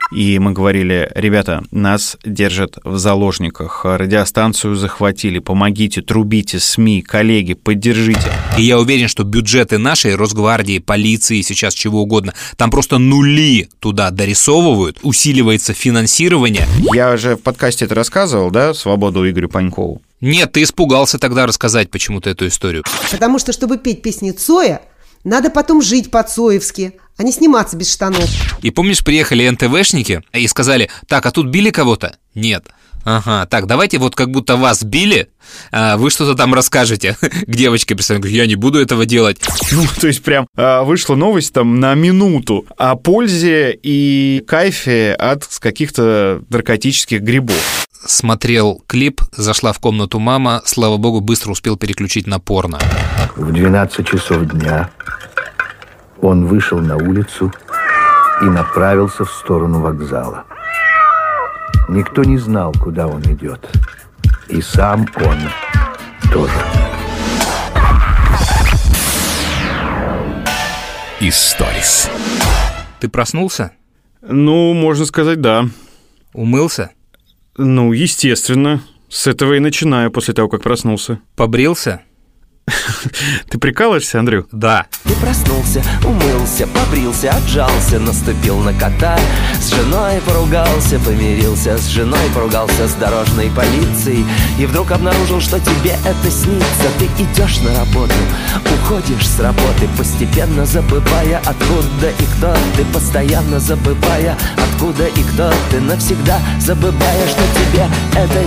И мы говорили: ребята, нас держат в заложниках, радиостанцию захватили, помогите, трубите, СМИ, коллеги, поддержите. И я уверен, что бюджеты нашей Росгвардии, полиции, сейчас чего угодно, там просто нули туда дорисовывают, усиливается финансирование. Я же в подкасте это рассказывал, да, «Свободу» Игорю Панькову? Нет, ты испугался тогда рассказать почему-то эту историю. Потому что, чтобы петь песни Цоя, надо потом жить по-цоевски, а не сниматься без штанов. И помнишь, приехали НТВшники и сказали: так, а тут били кого-то? Нет. Ага, так, давайте вот как будто вас били, вы что-то там расскажете. К девочке представляю, я не буду этого делать. Ну, то есть прям вышла новость там на минуту о пользе и кайфе от каких-то наркотических грибов. Смотрел клип, зашла в комнату мама, слава богу, быстро успел переключить на порно. В 12 часов дня он вышел на улицу и направился в сторону вокзала. Никто не знал, куда он идет. И сам он тоже. Историс. Ты проснулся? Ну, можно сказать, да. Умылся? Ну, естественно. С этого и начинаю после того, как проснулся. Побрился? Ты прикалываешься, Андрю? Да. Ты проснулся, умылся, побрился, отжался, наступил на кота. С женой поругался, помирился с женой, поругался с дорожной полицией. И вдруг обнаружил, что тебе это снится. Ты идешь на работу, уходишь с работы, постепенно забывая, откуда и кто ты, постоянно забывая, откуда и кто ты, навсегда забывая, что тебе это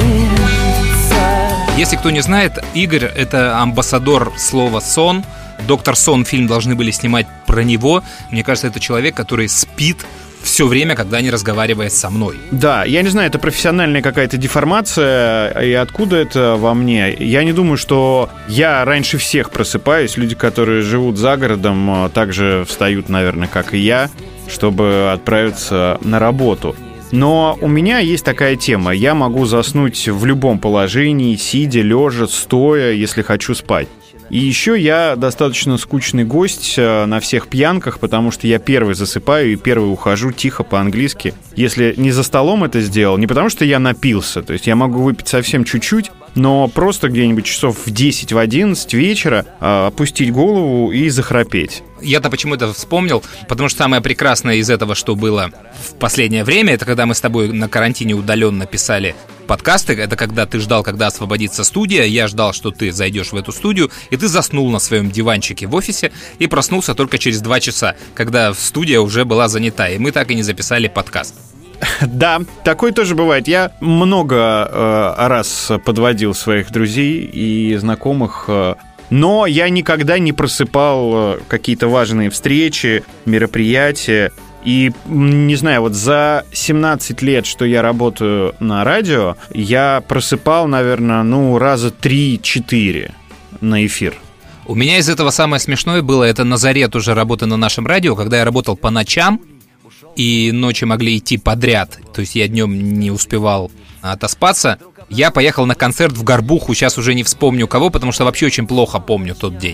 снится. Если кто не знает, Игорь — это амбассадор слова «сон». «Доктор Сон» фильм должны были снимать про него. Мне кажется, это человек, который спит все время, когда не разговаривает со мной. Да, я не знаю, это профессиональная какая-то деформация, и откуда это во мне. Я не думаю, что я раньше всех просыпаюсь. Люди, которые живут за городом, также встают, наверное, как и я, чтобы отправиться на работу. Но у меня есть такая тема. Я могу заснуть в любом положении, сидя, лежа, стоя, если хочу спать. И еще я достаточно скучный гость на всех пьянках, потому что я первый засыпаю и первый ухожу тихо по-английски. Если не за столом это сделал, не потому что я напился, то есть я могу выпить совсем чуть-чуть, но просто где-нибудь часов в 10, в 11 вечера опустить голову и захрапеть. Я-то почему это вспомнил, потому что самое прекрасное из этого, что было в последнее время, это когда мы с тобой на карантине удаленно писали подкасты. Это когда ты ждал, когда освободится студия, я ждал, что ты зайдешь в эту студию, и ты заснул на своем диванчике в офисе и проснулся только через 2 часа, когда студия уже была занята, и мы так и не записали подкаст. Да, такое тоже бывает. Я много раз подводил своих друзей и знакомых, но я никогда не просыпал какие-то важные встречи, мероприятия. И, не знаю, вот за 17 лет, что я работаю на радио, я просыпал, наверное, раза 3-4 на эфир. У меня из этого самое смешное было, это на заре тоже работы на нашем радио, когда я работал по ночам, и ночи могли идти подряд, то есть я днем не успевал отоспаться. Я поехал на концерт в Горбуху, сейчас уже не вспомню кого, потому что вообще очень плохо помню тот день.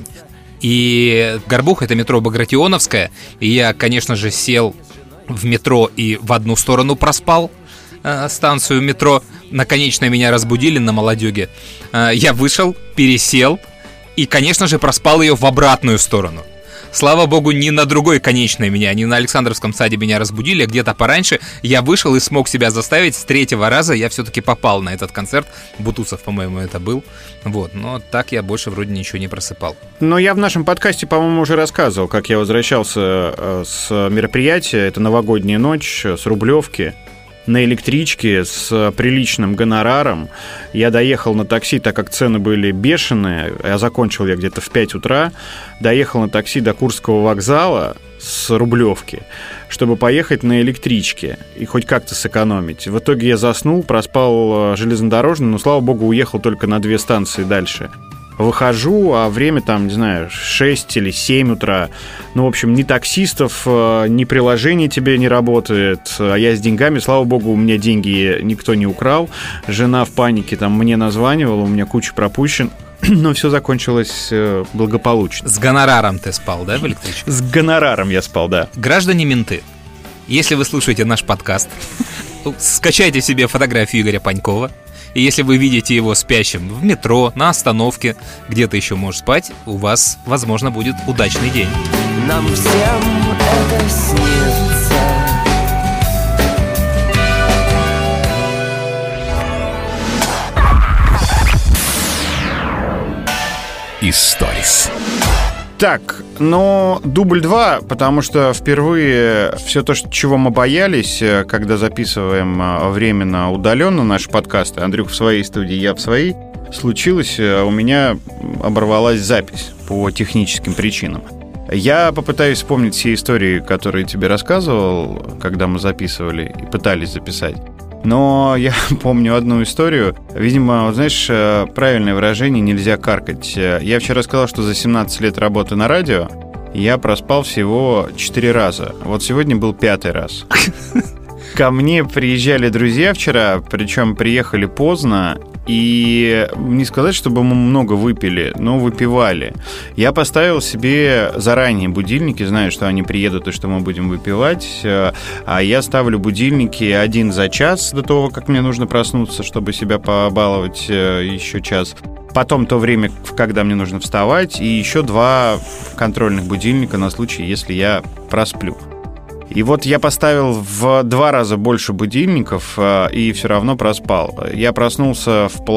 И Горбуха — это метро Багратионовская, и я, конечно же, сел в метро и в одну сторону проспал станцию метро. На конечной меня разбудили на Молодёге. Я вышел, пересел и, конечно же, проспал ее в обратную сторону. Слава богу, не на другой конечной меня, не на Александровском саде меня разбудили, а где-то пораньше. Я вышел и смог себя заставить. С 3-го раза я все-таки попал на этот концерт. Бутусов, по-моему, это был. Вот, но так я больше вроде ничего не просыпал. Но я в нашем подкасте, по-моему, уже рассказывал, как я возвращался с мероприятия. Это новогодняя ночь с Рублевки. На электричке с приличным гонораром. Я доехал на такси, так как цены были бешеные. Я закончил где-то в 5 утра. Доехал на такси до Курского вокзала с Рублевки, чтобы поехать на электричке и хоть как-то сэкономить. В итоге я заснул, проспал железнодорожный, но, слава богу, уехал только на 2 станции дальше. Выхожу, а время там, не знаю, 6 или 7 утра. Ну, в общем, ни таксистов, ни приложение тебе не работает. А я с деньгами, слава богу, у меня деньги никто не украл. Жена в панике там мне названивала, у меня куча пропущен. Но все закончилось благополучно. С гонораром ты спал, да, в электричке? С гонораром я спал, да. Граждане-менты, если вы слушаете наш подкаст, скачайте себе фотографию Игоря Панькова. И если вы видите его спящим в метро, на остановке, где-то еще может спать, у вас, возможно, будет удачный день. Нам всем это снится. Историс. Так, но дубль 2, потому что впервые все то, чего мы боялись, когда записываем временно удаленно наши подкасты, Андрюх в своей студии, я в своей, случилось, у меня оборвалась запись по техническим причинам. Я попытаюсь вспомнить все истории, которые тебе рассказывал, когда мы записывали и пытались записать. Но я помню одну историю. Видимо, вот знаешь, правильное выражение «нельзя каркать». Я вчера сказал, что за 17 лет работы на радио я проспал всего 4 раза. Вот сегодня был 5-й раз. Ко мне приезжали друзья вчера, причем приехали поздно. И не сказать, чтобы мы много выпили, но выпивали. Я поставил себе заранее будильники, знаю, что они приедут и что мы будем выпивать. А я ставлю будильники один за час до того, как мне нужно проснуться, чтобы себя побаловать еще час. Потом то время, когда мне нужно вставать. И еще 2 контрольных будильника на случай, если я просплю. И вот я поставил в 2 раза больше будильников и все равно проспал. Я проснулся в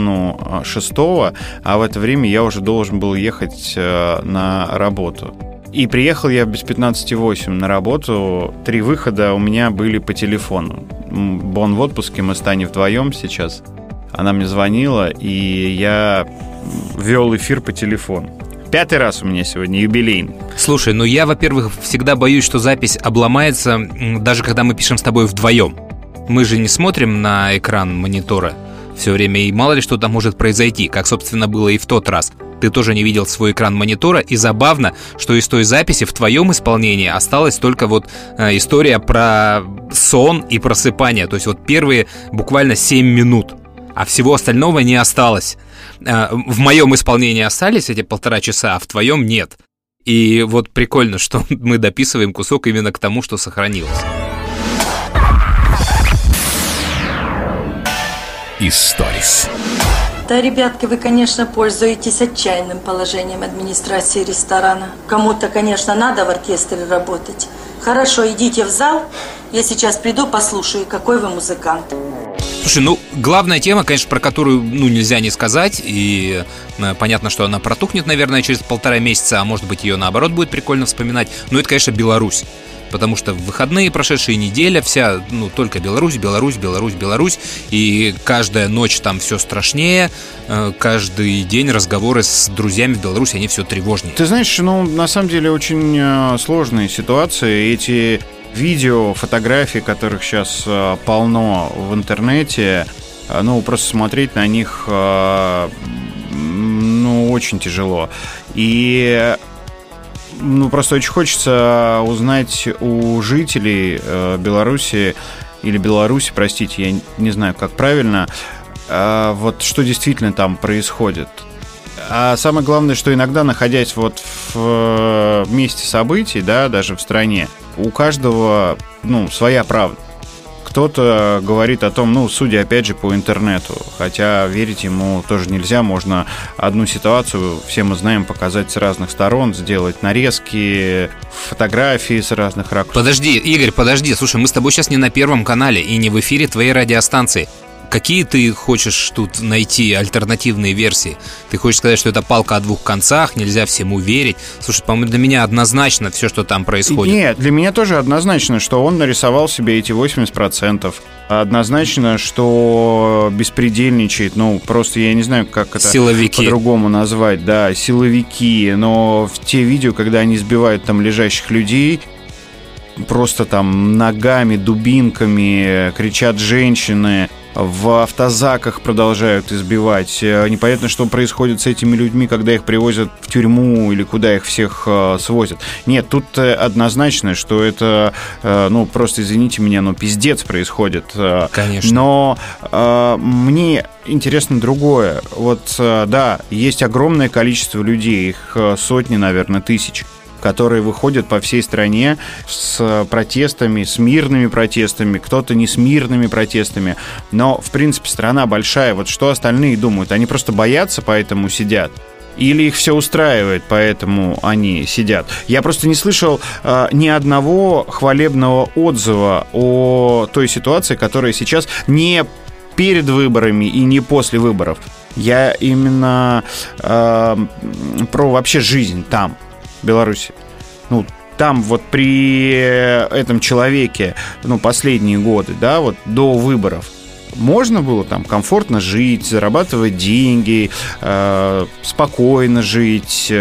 5:30, а в это время я уже должен был ехать на работу. И приехал я без 15:08 на работу. 3 выхода у меня были по телефону. Он в отпуске, мы с Таней вдвоем сейчас. Она мне звонила, и я вел эфир по телефону. 5-й раз у меня сегодня юбилейный. Слушай, ну я, во-первых, всегда боюсь, что запись обломается, даже когда мы пишем с тобой вдвоем. Мы же не смотрим на экран монитора все время, и мало ли что там может произойти, как, собственно, было и в тот раз. Ты тоже не видел свой экран монитора, и забавно, что из той записи в твоем исполнении осталась только вот история про сон и просыпание. То есть вот первые буквально 7 минут, а всего остального не осталось. В моем исполнении остались эти 1,5 часа, а в твоем нет. И вот прикольно, что мы дописываем кусок именно к тому, что сохранилось. Историс. Да, ребятки, вы, конечно, пользуетесь отчаянным положением администрации ресторана. Кому-то, конечно, надо в оркестре работать. Хорошо, идите в зал. Я сейчас приду, послушаю, какой вы музыкант. Слушай, ну, главная тема, конечно, про которую, нельзя не сказать, и понятно, что она протухнет, наверное, через 1,5 месяца, а может быть, ее, наоборот, будет прикольно вспоминать, но это, конечно, Беларусь, потому что в выходные прошедшие, неделя вся, только Беларусь, и каждая ночь там все страшнее, каждый день разговоры с друзьями в Беларуси, они все тревожнее. Ты знаешь, на самом деле очень сложные ситуации, эти видео, фотографии, которых сейчас полно в интернете, просто смотреть на них, очень тяжело. И, просто очень хочется узнать у жителей Беларуси, или Беларуси, простите, я не знаю, как правильно, вот что действительно там происходит. А самое главное, что иногда, находясь вот в месте событий, да, даже в стране, у каждого, своя правда. Кто-то говорит о том, судя, опять же, по интернету, хотя верить ему тоже нельзя, можно одну ситуацию, все мы знаем, показать с разных сторон, сделать нарезки, фотографии с разных ракурсов. Подожди, Игорь, слушай, мы с тобой сейчас не на Первом канале и не в эфире твоей радиостанции. Какие ты хочешь тут найти альтернативные версии? Ты хочешь сказать, что это палка о 2 концах, нельзя всему верить? Слушай, по-моему, для меня однозначно все, что там происходит. Нет, для меня тоже однозначно, что он нарисовал себе эти 80%. Однозначно, что беспредельничает, просто я не знаю, как это силовики. По-другому назвать, да, силовики. Но в те видео, когда они избивают там лежащих людей, просто там ногами, дубинками, кричат женщины, в автозаках продолжают избивать. Непонятно, что происходит с этими людьми, когда их привозят в тюрьму или куда их всех свозят. Нет, тут однозначно, что это, просто, извините меня, пиздец происходит. Конечно. Но мне интересно другое. Вот, да, есть огромное количество людей, их сотни, наверное, тысяч, которые выходят по всей стране с протестами, с мирными протестами, кто-то не с мирными протестами. Но, в принципе, страна большая. Вот что остальные думают? Они просто боятся, поэтому сидят? Или их все устраивает, поэтому они сидят? Я просто не слышал ни одного хвалебного отзыва о той ситуации, которая сейчас не перед выборами и не после выборов. Я именно про вообще жизнь там, в Беларуси. Ну, там вот при этом человеке, ну, последние годы, да, вот до выборов, можно было там комфортно жить, зарабатывать деньги, спокойно жить.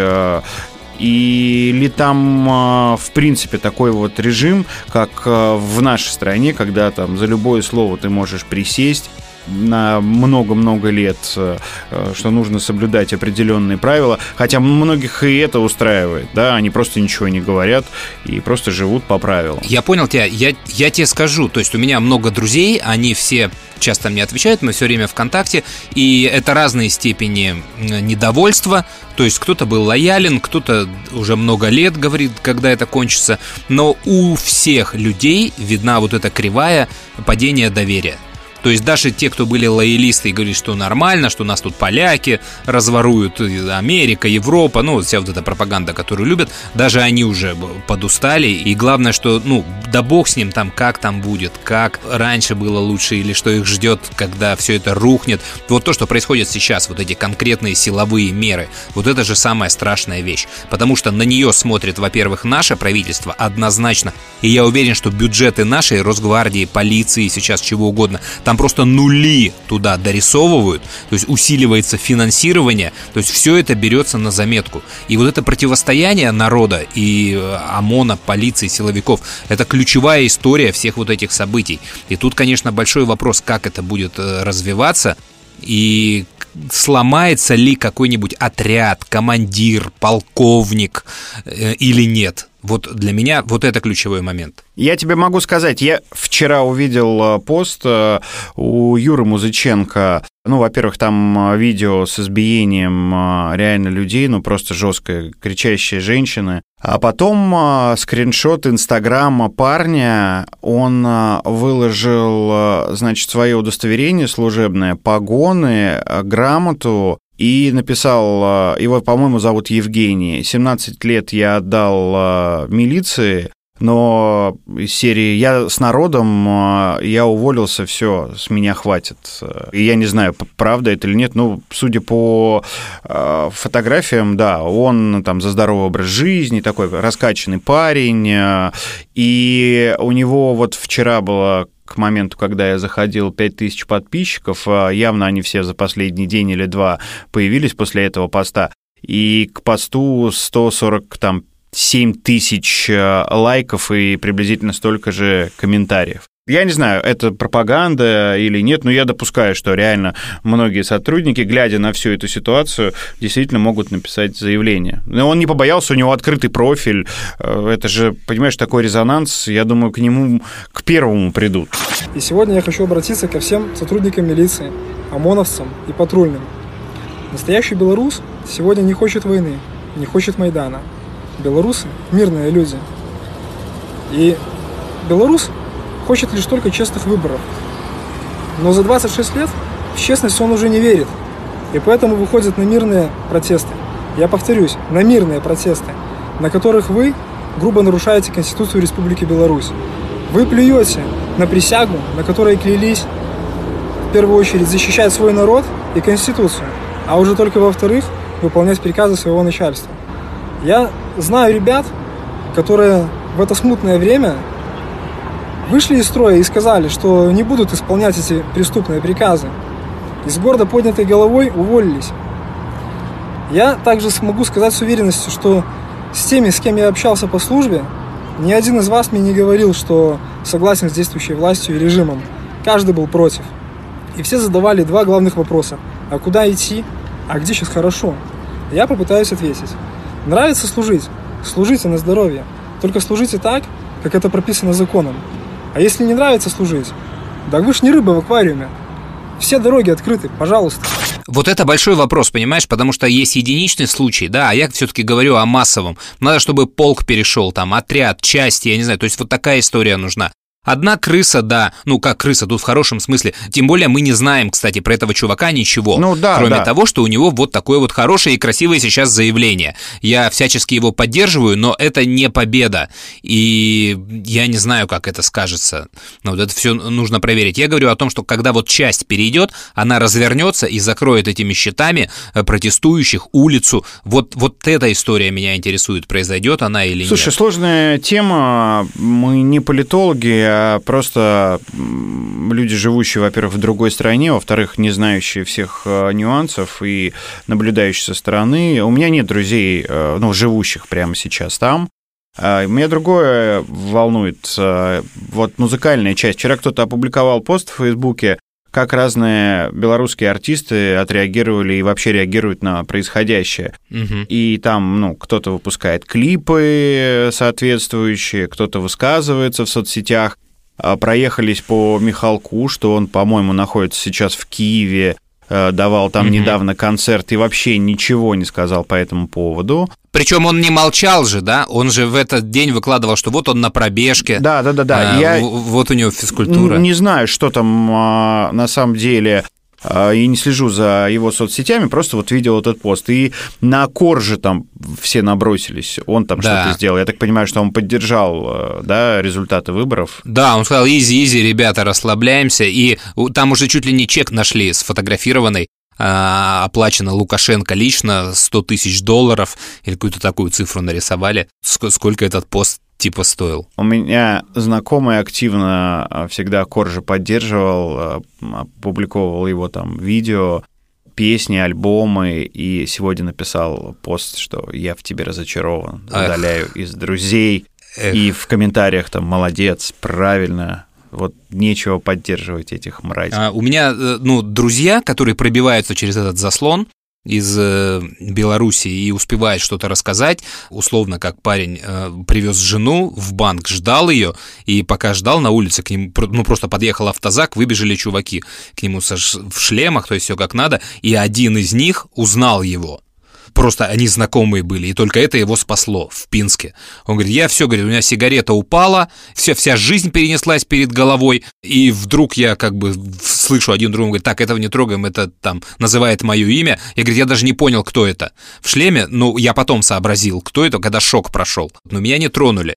Или там, в принципе, такой вот режим, как в нашей стране, когда там за любое слово ты можешь присесть на много-много лет, что нужно соблюдать определенные правила, хотя многих и это устраивает, да, они просто ничего не говорят и просто живут по правилам. Я понял тебя, я тебе скажу, то есть у меня много друзей, они все часто мне отвечают, мы все время в контакте, и это разные степени недовольства, то есть кто-то был лоялен, кто-то уже много лет говорит, когда это кончится, но у всех людей видна вот эта кривая падения доверия. То есть даже те, кто были лоялисты и говорили, что нормально, что нас тут поляки разворуют, Америка, Европа, ну, вся вот эта пропаганда, которую любят, даже они уже подустали. И главное, что, ну, да бог с ним там, как там будет, как раньше было лучше или что их ждет, когда все это рухнет. Вот то, что происходит сейчас, вот эти конкретные силовые меры, вот это же самая страшная вещь. Потому что на нее смотрит, во-первых, наше правительство однозначно. И я уверен, что бюджеты нашей Росгвардии, полиции, сейчас чего угодно, там просто нули туда дорисовывают, то есть усиливается финансирование, то есть все это берется на заметку. И вот это противостояние народа и ОМОНа, полиции, силовиков, это ключевая история всех вот этих событий. И тут, конечно, большой вопрос, как это будет развиваться, и сломается ли какой-нибудь отряд, командир, полковник или нет. Вот для меня вот это ключевой момент. Я тебе могу сказать, я вчера увидел пост у Юры Музыченко. Ну, во-первых, там видео с избиением реально людей, ну, просто жесткое, кричащие женщины. А потом скриншот Инстаграма парня, он выложил, значит, свое удостоверение служебное, погоны, грамоту, и написал, его, по-моему, зовут Евгений, 17 лет я отдал милиции, но из серии «Я с народом, я уволился, все, с меня хватит». И я не знаю, правда это или нет, ну, судя по фотографиям, да, он там за здоровый образ жизни, такой раскачанный парень, и у него вот вчера было... К моменту, когда я заходил, 5000 подписчиков, явно они все за последний день или два появились после этого поста, и к посту 147 тысяч лайков и приблизительно столько же комментариев. Я не знаю, это пропаганда или нет, но я допускаю, что реально многие сотрудники, глядя на всю эту ситуацию, действительно могут написать заявление. Но он не побоялся, у него открытый профиль, это же, понимаешь, такой резонанс, я думаю, к нему к первому придут. И сегодня я хочу обратиться ко всем сотрудникам милиции, ОМОНовцам и патрульным. Настоящий белорус сегодня не хочет войны, не хочет Майдана. Белорусы – мирные люди. И белорус хочет лишь только честных выборов. Но за 26 лет в честность он уже не верит. И поэтому выходит на мирные протесты. Я повторюсь, на мирные протесты, на которых вы грубо нарушаете Конституцию Республики Беларусь. Вы плюете на присягу, на которой клялись в первую очередь защищать свой народ и Конституцию, а уже только во-вторых выполнять приказы своего начальства. Я знаю ребят, которые в это смутное время вышли из строя и сказали, что не будут исполнять эти преступные приказы. И с гордо поднятой головой уволились. Я также смогу сказать с уверенностью, что с теми, с кем я общался по службе, ни один из вас мне не говорил, что согласен с действующей властью и режимом. Каждый был против. И все задавали два главных вопроса. А куда идти? А где сейчас хорошо? Я попытаюсь ответить. Нравится служить? Служите на здоровье. Только служите так, как это прописано законом. А если не нравится служить, да вы ж не рыба в аквариуме. Все дороги открыты, пожалуйста. Вот это большой вопрос, понимаешь, потому что есть единичный случай, да, а я все-таки говорю о массовом. Надо, чтобы полк перешел, там, отряд, части, я не знаю, то есть вот такая история нужна. Одна крыса, да, ну как крыса, тут в хорошем смысле. Тем более мы не знаем, кстати, про этого чувака ничего, кроме того, что у него вот такое вот хорошее и красивое сейчас заявление. Я всячески его поддерживаю, но это не победа, и я не знаю, как это скажется. Но вот это все нужно проверить. Я говорю о том, что когда вот часть перейдет, она развернется и закроет этими щитами протестующих улицу. Вот эта история меня интересует, произойдет она или нет. Слушай, сложная тема. Мы не политологи, просто люди, живущие, во-первых, в другой стране, во-вторых, не знающие всех нюансов и наблюдающие со стороны. У меня нет друзей, живущих прямо сейчас там. Меня другое волнует, вот музыкальная часть. Вчера кто-то опубликовал пост в Фейсбуке, как разные белорусские артисты отреагировали и вообще реагируют на происходящее. Угу. И там, кто-то выпускает клипы соответствующие, кто-то высказывается в соцсетях. Проехались по Михалку, что он, по-моему, находится сейчас в Киеве, давал там недавно концерт и вообще ничего не сказал по этому поводу. Причем он не молчал же, да? Он же в этот день выкладывал, что вот он на пробежке. Да. Вот у него физкультура. Не знаю, что там на самом деле. И не слежу за его соцсетями, просто вот видел этот пост. И на Коржа там все набросились, он там что-то сделал. Я так понимаю, что он поддержал, результаты выборов. Да, он сказал, изи, ребята, расслабляемся. И там уже чуть ли не чек нашли сфотографированный, оплачено Лукашенко лично $100 тысяч, или какую-то такую цифру нарисовали. Сколько этот пост типа стоил? У меня знакомый активно всегда Коржа поддерживал, опубликовывал его там видео, песни, альбомы, и сегодня написал пост, что я в тебе разочарован, удаляю из друзей, и в комментариях там молодец, правильно. Вот нечего поддерживать этих мразей. У меня, друзья, которые пробиваются через этот заслон из Беларуси и успевает что-то рассказать, условно, как парень привез жену в банк, ждал ее, и пока ждал на улице, к нему просто подъехал автозак, выбежали чуваки к нему в шлемах, то есть все как надо, и один из них узнал его. Просто они знакомые были, и только это его спасло в Пинске. Он говорит, у меня сигарета упала, вся жизнь перенеслась перед головой, и вдруг я слышу один другому, говорит, так, этого не трогаем, это там называет мое имя. Я, говорит, я даже не понял, кто это в шлеме, я потом сообразил, кто это, когда шок прошел. Но меня не тронули.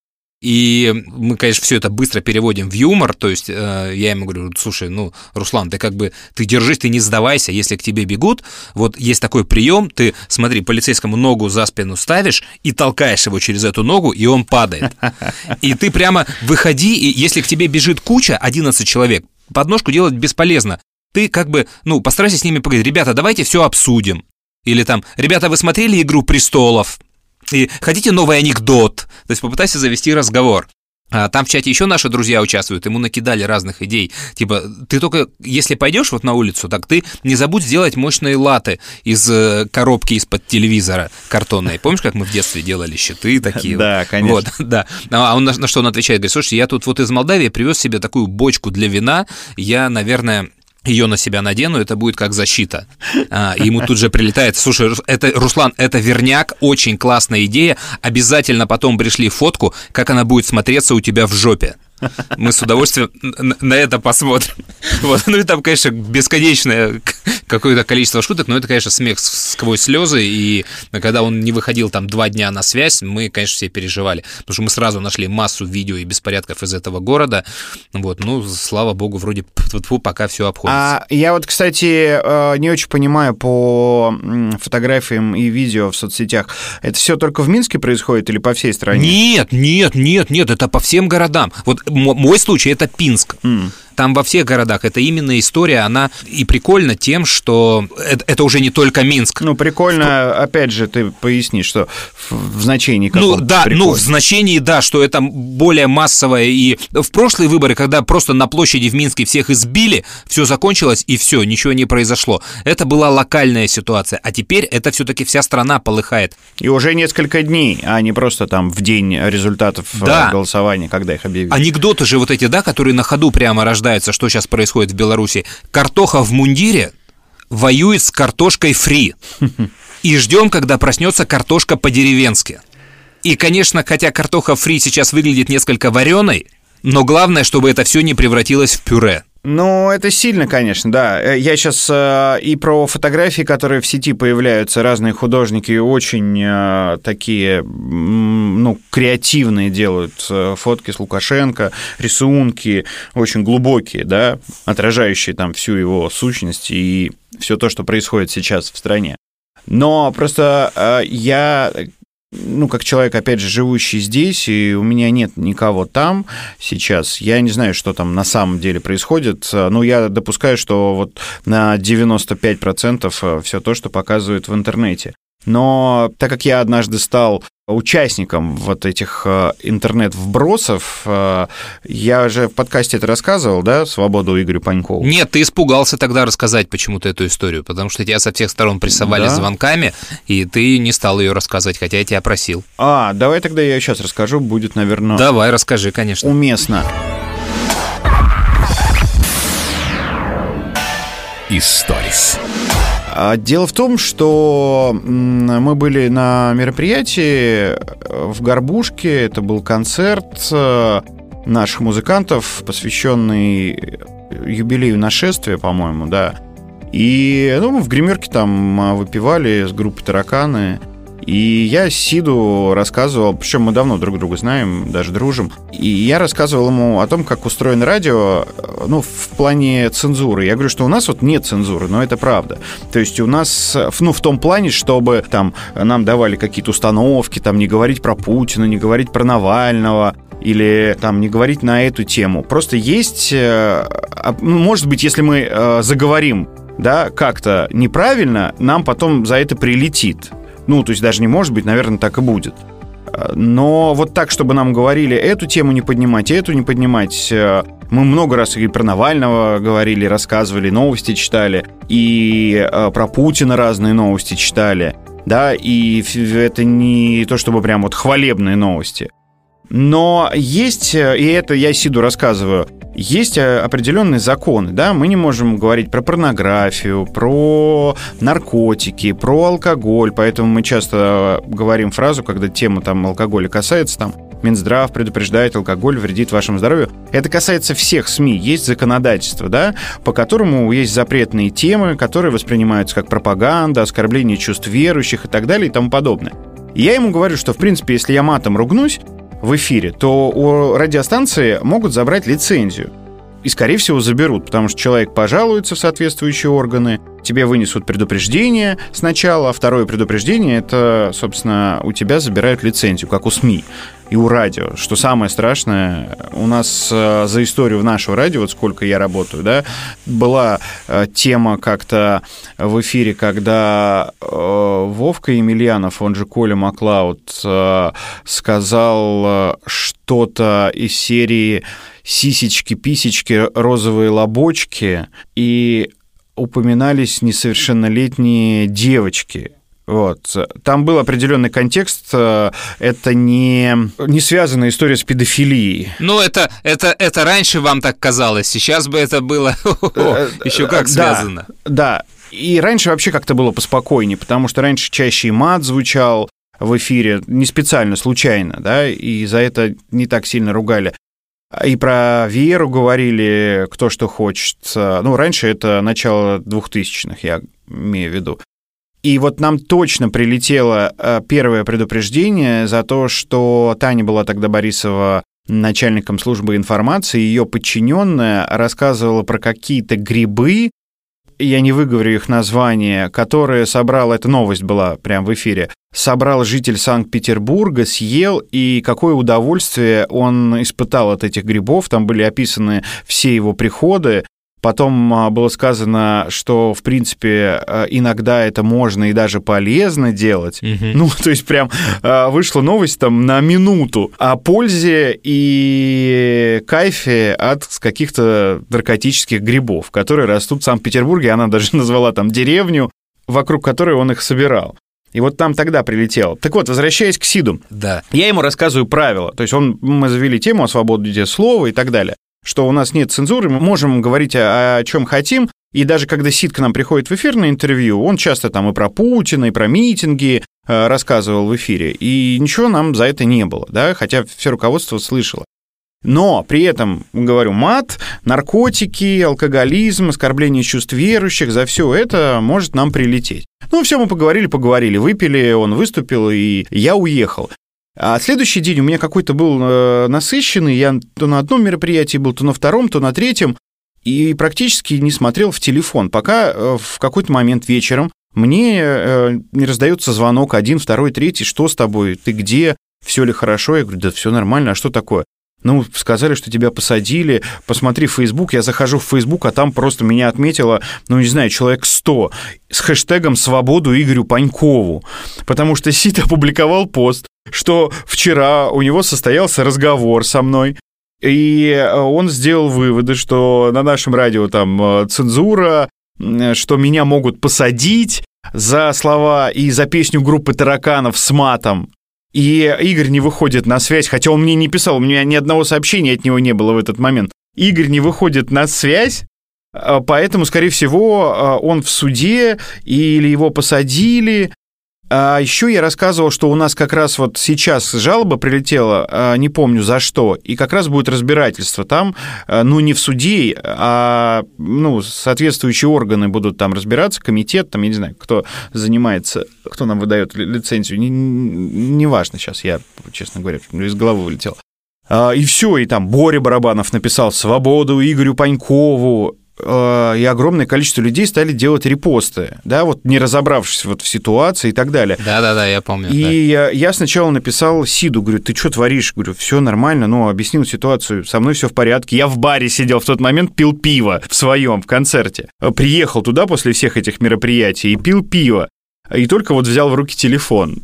И мы, конечно, все это быстро переводим в юмор, то есть я ему говорю, слушай, Руслан, ты держись, ты не сдавайся, если к тебе бегут, вот есть такой прием, ты, смотри, полицейскому ногу за спину ставишь и толкаешь его через эту ногу, и он падает. И ты прямо выходи, и если к тебе бежит куча, 11 человек, подножку делать бесполезно, ты постарайся с ними поговорить, ребята, давайте все обсудим, или там, ребята, вы смотрели «Игру престолов»? И хотите новый анекдот? То есть попытайся завести разговор. Там в чате еще наши друзья участвуют, ему накидали разных идей. Типа, ты только, если пойдешь вот на улицу, так ты не забудь сделать мощные латы из коробки из-под телевизора картонной. Помнишь, как мы в детстве делали щиты такие? Да, конечно. Вот, да. А он на что он отвечает? Говорит, слушай, я тут вот из Молдавии привез себе такую бочку для вина, я, наверное... ее на себя надену, это будет как защита. Ему тут же прилетает, слушай, Руслан, это верняк, очень классная идея, обязательно потом пришли фотку, как она будет смотреться у тебя в жопе. Мы с удовольствием на это посмотрим. Вот. И там, конечно, бесконечное какое-то количество шуток, но это, конечно, смех сквозь слезы, и когда он не выходил там 2 дня на связь, мы, конечно, все переживали, потому что мы сразу нашли массу видео и беспорядков из этого города, вот, слава богу, вроде пока все обходится. Я вот, кстати, не очень понимаю по фотографиям и видео в соцсетях, это все только в Минске происходит или по всей стране? Нет, это по всем городам. Вот мой случай – это Пинск. Там во всех городах эта именно история, она и прикольна тем, что это уже не только Минск. Прикольно, опять же, ты поясни, что в значении каком прикольно. В значении, да, что это более массовое. И в прошлые выборы, когда просто на площади в Минске всех избили, все закончилось и все, ничего не произошло. Это была локальная ситуация, а теперь это все-таки вся страна полыхает. И уже несколько дней, а не просто там в день результатов голосования, когда их объявили. Анекдоты же вот эти, да, которые на ходу прямо рождаются, что сейчас происходит в Беларуси. Картоха в мундире, воюет с картошкой фри. И ждем, когда проснется картошка по-деревенски. И, конечно, хотя картоха фри сейчас выглядит несколько вареной, но главное, чтобы это все не превратилось в пюре. Ну, это сильно, конечно, да. Я сейчас и про фотографии, которые в сети появляются, разные художники очень такие, ну, креативные делают фотки с Лукашенко, рисунки очень глубокие, да, отражающие там всю его сущность и все то, что происходит сейчас в стране. Но просто я... Ну, как человек, опять же, живущий здесь, и у меня нет никого там сейчас, я не знаю, что там на самом деле происходит, но я допускаю, что вот на 95% все то, что показывают в интернете. Но так как я однажды стал участником вот этих интернет-вбросов, я же в подкасте это рассказывал, да, «Свободу» Игорю Панькову? Нет, ты испугался тогда рассказать почему-то эту историю, потому что тебя со всех сторон прессовали звонками, и ты не стал ее рассказывать, хотя я тебя просил. Давай тогда я сейчас расскажу, будет, наверное... Давай, расскажи, конечно. Уместно. Историс. Дело в том, что мы были на мероприятии в Горбушке, это был концерт наших музыкантов, посвященный юбилею нашествия, по-моему, да. И мы в гримерке там выпивали с группой «Тараканы». И я Сиду рассказывал, причем мы давно друг друга знаем, даже дружим, и я рассказывал ему о том, как устроено радио, ну, в плане цензуры. Я говорю, что у нас вот нет цензуры, но это правда. То есть у нас, ну, в том плане, чтобы там нам давали какие-то установки, там, не говорить про Путина, не говорить про Навального, или там не говорить на эту тему. Просто есть, может быть, если мы заговорим, да, как-то неправильно, нам потом за это прилетит. Ну, то есть даже не может быть, наверное, так и будет. Но вот так, чтобы нам говорили эту тему не поднимать, эту не поднимать. Мы много раз и про Навального говорили, рассказывали, новости читали, и про Путина разные новости читали, да, и это не то, чтобы прям вот хвалебные новости. Но есть, и это я Сиду рассказываю, есть определенные законы, да, мы не можем говорить про порнографию, про наркотики, про алкоголь, поэтому мы часто говорим фразу, когда тема там алкоголя касается, там, Минздрав предупреждает, алкоголь вредит вашему здоровью. Это касается всех СМИ, есть законодательство, да, по которому есть запретные темы, которые воспринимаются как пропаганда, оскорбление чувств верующих и так далее и тому подобное. И я ему говорю, что, в принципе, если я матом ругнусь в эфире, то у радиостанции могут забрать лицензию. И, скорее всего, заберут, потому что человек пожалуется в соответствующие органы, тебе вынесут предупреждение сначала, а второе предупреждение — это, собственно, у тебя забирают лицензию, как у СМИ и у радио. Что самое страшное, у нас за историю нашего радио, вот сколько я работаю, да, была тема как-то в эфире, когда Вовка Емельянов, он же Коля Маклауд, сказал что-то из серии «Сисечки, писечки, розовые лобочки», и упоминались несовершеннолетние девочки. Вот. Там был определенный контекст, это не связанная история с педофилией. Ну, это раньше вам так казалось, сейчас бы это было еще как связано. Да, и раньше вообще как-то было поспокойнее, потому что раньше чаще и мат звучал в эфире, не специально, случайно, да, и за это не так сильно ругали. И про веру говорили, кто что хочет. Ну, раньше это начало 2000-х, я имею в виду. И вот нам точно прилетело первое предупреждение за то, что Таня была тогда Борисова начальником службы информации, ее подчиненная рассказывала про какие-то грибы, я не выговорю их название, которые собрал, эта новость была прямо в эфире, собрал житель Санкт-Петербурга, съел, и какое удовольствие он испытал от этих грибов. Там были описаны все его приходы. Потом было сказано, что, в принципе, иногда это можно и даже полезно делать. Ну, то есть прям вышла новость там на минуту о пользе и кайфе от каких-то наркотических грибов, которые растут в Санкт-Петербурге. Она даже назвала там деревню, вокруг которой он их собирал. И вот там тогда прилетело. Так вот, возвращаясь к Сиду, да. Я ему рассказываю правила. То есть мы завели тему о свободе слова и так далее, что у нас нет цензуры, мы можем говорить о чем хотим, И даже когда Сид к нам приходит в эфир на интервью, он часто там и про Путина, и про митинги рассказывал в эфире, и ничего нам за это не было, да, хотя все руководство слышало. Но при этом, говорю, мат, наркотики, алкоголизм, оскорбление чувств верующих, за все это может нам прилететь. Ну, все, мы поговорили, выпили, он выступил, и я уехал. А следующий день у меня какой-то был насыщенный, я то на одном мероприятии был, то на втором, то на третьем, и практически не смотрел в телефон, пока в какой-то момент вечером мне не раздается звонок 1, 2, 3, что с тобой, ты где, все ли хорошо? Я говорю, да все нормально, а что такое? Ну, сказали, что тебя посадили, посмотри в Facebook, я захожу в Facebook, а там просто меня отметило, ну, не знаю, человек 100 с хэштегом «Свободу Игорю Панькову», потому что Сид опубликовал пост, что вчера у него состоялся разговор со мной, и он сделал выводы, что на нашем радио там цензура, что меня могут посадить за слова и за песню группы «Тараканов» с матом. И Игорь не выходит на связь, хотя он мне не писал, у меня ни одного сообщения от него не было в этот момент. Игорь не выходит на связь, поэтому, скорее всего, он в суде или его посадили. А еще я рассказывал, что у нас как раз вот сейчас жалоба прилетела, не помню за что, и как раз будет разбирательство там, ну, не в суде, а, ну, соответствующие органы будут там разбираться, комитет, там, я не знаю, кто занимается, кто нам выдает лицензию, неважно сейчас, я, честно говоря, из головы вылетел. И все, и там Боря Барабанов написал «Свободу Игорю Панькову», и огромное количество людей стали делать репосты, да, вот не разобравшись вот в ситуации и так далее. Да, я помню. И я сначала написал Сиду, говорю, ты что творишь? Говорю, все нормально, ну, объяснил ситуацию, со мной все в порядке. Я в баре сидел в тот момент, пил пиво в своем, в концерте. Приехал туда после всех этих мероприятий и пил пиво. И только вот взял в руки телефон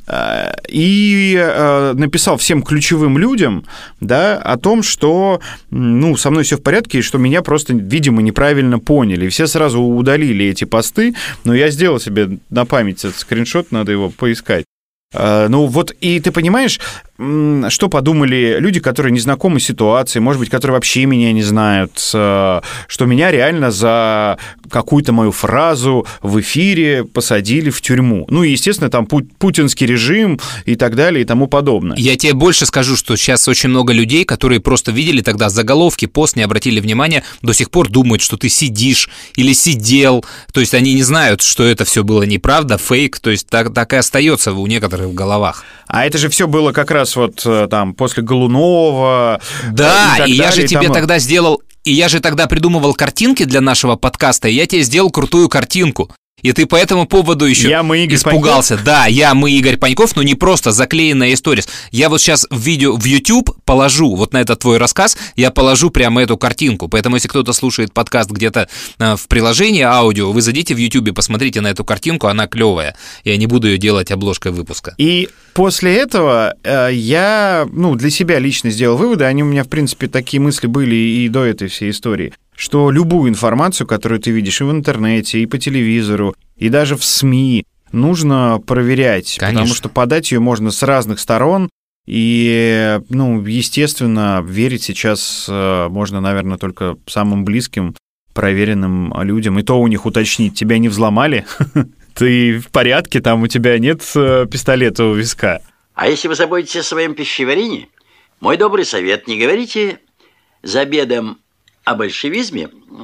и написал всем ключевым людям, да, о том, что, ну, со мной все в порядке, и что меня просто, видимо, неправильно поняли. И все сразу удалили эти посты, но я сделал себе на память этот скриншот, надо его поискать. Ну вот, и ты понимаешь, что подумали люди, которые не знакомы с ситуацией, может быть, которые вообще меня не знают, что меня реально за какую-то мою фразу в эфире посадили в тюрьму. Ну и, естественно, там путинский режим и так далее и тому подобное. Я тебе больше скажу, что сейчас очень много людей, которые просто видели тогда заголовки, пост, не обратили внимания, до сих пор думают, что ты сидишь или сидел, то есть они не знают, что это все было неправда, фейк, то есть так и остается у некоторых в головах. А это же все было как раз вот там после Голунова. Да, и я же тебе тогда сделал, и я же тогда придумывал картинки для нашего подкаста, и я тебе сделал крутую картинку. И ты по этому поводу еще испугался. Паньков? Да, мы Игорь Паньков, но не просто заклеенная история. Я вот сейчас в видео в YouTube положу, вот на этот твой рассказ, я положу прямо эту картинку. Поэтому, если кто-то слушает подкаст где-то в приложении аудио, вы зайдите в YouTube, посмотрите на эту картинку, она клевая. Я не буду ее делать обложкой выпуска. И после этого я, для себя лично сделал выводы, они у меня, в принципе, такие мысли были и до этой всей истории, что любую информацию, которую ты видишь и в интернете, и по телевизору, и даже в СМИ, нужно проверять. Конечно. Потому что подать ее можно с разных сторон, и, естественно, верить сейчас можно, наверное, только самым близким, проверенным людям. И то у них уточнить, тебя не взломали? Ты в порядке, там у тебя нет пистолета у виска? А если вы заботитесь о своем пищеварении, мой добрый совет: не говорите за обедом о большевизме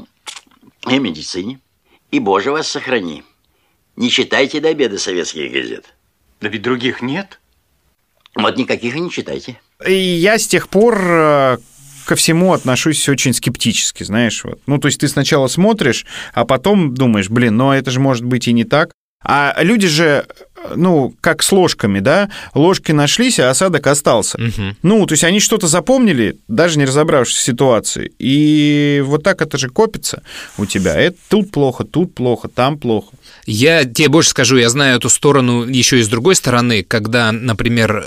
и медицине, и, Боже, вас сохрани. Не читайте до обеда советских газет. Да ведь других нет. Вот никаких и не читайте. И я с тех пор ко всему отношусь очень скептически, знаешь. Вот. То есть ты сначала смотришь, а потом думаешь, это же может быть и не так. А люди же, как с ложками, да, ложки нашлись, а осадок остался. То есть они что-то запомнили, даже не разобравшись в ситуации. И вот так это же копится у тебя. Это тут плохо, там плохо. Я тебе больше скажу, я знаю эту сторону еще и с другой стороны, когда, например,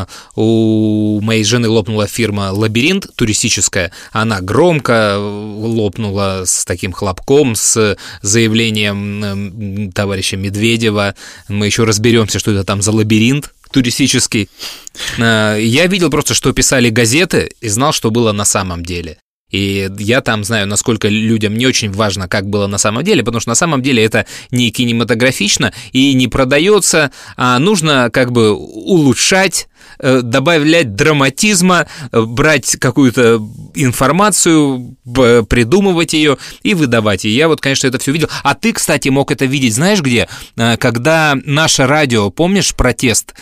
у моей жены лопнула фирма «Лабиринт» туристическая, она громко лопнула с таким хлопком, с заявлением товарища Медведева. Мы еще разберемся, что это там за лабиринт туристический. Я видел просто, что писали газеты, и знал, что было на самом деле. И я там знаю, насколько людям не очень важно, как было на самом деле, потому что на самом деле это не кинематографично и не продается, а нужно как бы улучшать, добавлять драматизма, брать какую-то информацию, придумывать ее и выдавать. И я вот, конечно, это все видел. А ты, кстати, мог это видеть, знаешь где? Когда наше радио, помнишь протест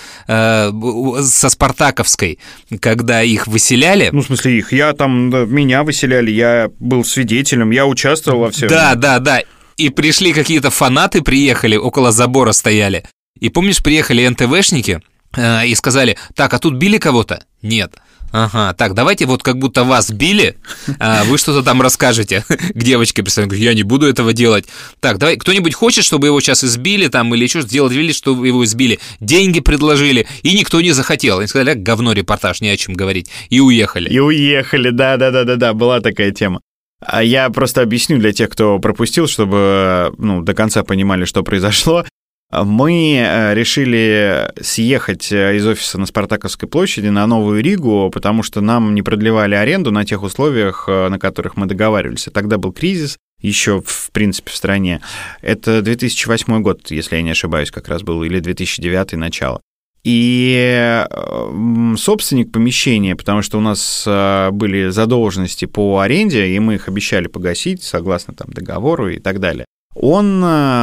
со Спартаковской, когда их выселяли? Ну, в смысле их? Меня выселяли, я был свидетелем, я участвовал во всем. Да. И пришли какие-то фанаты, приехали, около забора стояли. И помнишь, приехали НТВшники и сказали: так, а тут били кого-то? Нет. Ага, так, давайте вот как будто вас били, вы что-то там расскажете к девочке, представляете, я не буду этого делать. Так, давай, кто-нибудь хочет, чтобы его сейчас избили там или еще сделать, вели, чтобы его избили? Деньги предложили, и никто не захотел. Они сказали: говно репортаж, не о чем говорить. И уехали. Да, была такая тема. А я просто объясню для тех, кто пропустил, чтобы до конца понимали, что произошло. Мы решили съехать из офиса на Спартаковской площади на Новую Ригу, потому что нам не продлевали аренду на тех условиях, на которых мы договаривались. Тогда был кризис еще, в принципе, в стране. Это 2008 год, если я не ошибаюсь, как раз был, или 2009 начало. И собственник помещения, потому что у нас были задолженности по аренде, и мы их обещали погасить согласно там договору и так далее, он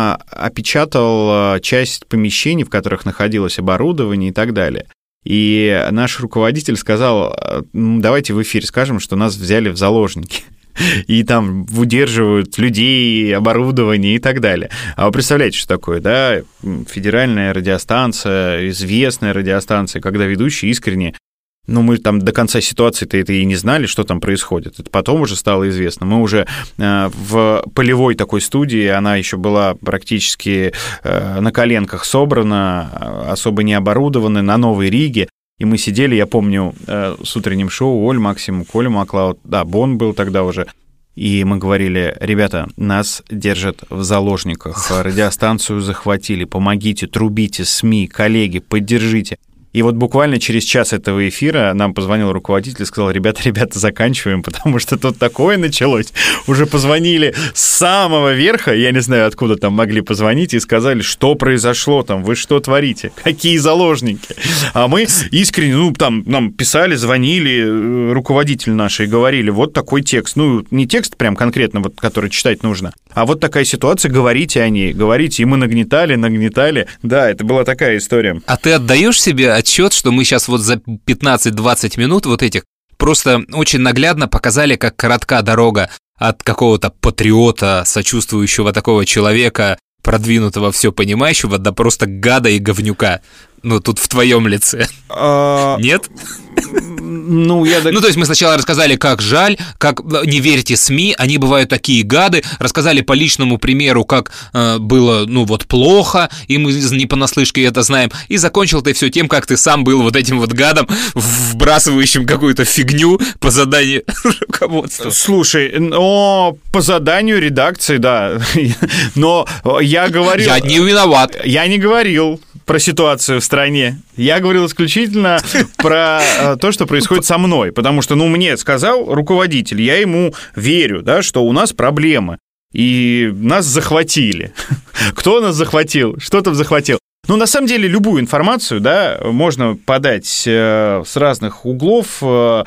опечатал часть помещений, в которых находилось оборудование и так далее. И наш руководитель сказал: давайте в эфире скажем, что нас взяли в заложники. И там удерживают людей, оборудование и так далее. А вы представляете, что такое, да? Федеральная радиостанция, известная радиостанция, когда ведущий искренне... мы там до конца ситуации-то это и не знали, что там происходит. Это потом уже стало известно. Мы уже в полевой такой студии, она еще была практически на коленках собрана, особо не оборудована, на Новой Риге. И мы сидели, я помню, с утренним шоу, Оль Максим, Коля Маклауд, Бон был тогда уже. И мы говорили: ребята, нас держат в заложниках, радиостанцию захватили, помогите, трубите, СМИ, коллеги, поддержите. И вот буквально через час этого эфира нам позвонил руководитель и сказал: ребята, заканчиваем, потому что тут такое началось. Уже позвонили с самого верха, я не знаю, откуда там могли позвонить, и сказали: что произошло там, вы что творите, какие заложники. А мы искренне, нам писали, звонили, руководитель наши, и говорили: вот такой текст. Не текст прям конкретно, вот, который читать нужно, а вот такая ситуация, говорите о ней, говорите. И мы нагнетали. Да, это была такая история. А ты отдаешь себе отчет, что мы сейчас вот за 15-20 минут вот этих просто очень наглядно показали, как коротка дорога от какого-то патриота, сочувствующего такого человека, продвинутого, все понимающего, до просто гада и говнюка. Тут в твоем лице. Нет? То есть мы сначала рассказали, как жаль, как не верьте СМИ, они бывают такие гады, рассказали по личному примеру, как было, плохо, и мы не понаслышке это знаем, и закончил ты все тем, как ты сам был вот этим вот гадом, вбрасывающим какую-то фигню по заданию руководства. Слушай, по заданию редакции, да, но я говорил... Я не виноват. Я не говорил про ситуацию в стране. Я говорил исключительно про то, что происходит со мной, потому что, мне сказал руководитель, я ему верю, да, что у нас проблемы, и нас захватили. Кто нас захватил? Что там захватил? На самом деле, любую информацию, да, можно подать с разных углов,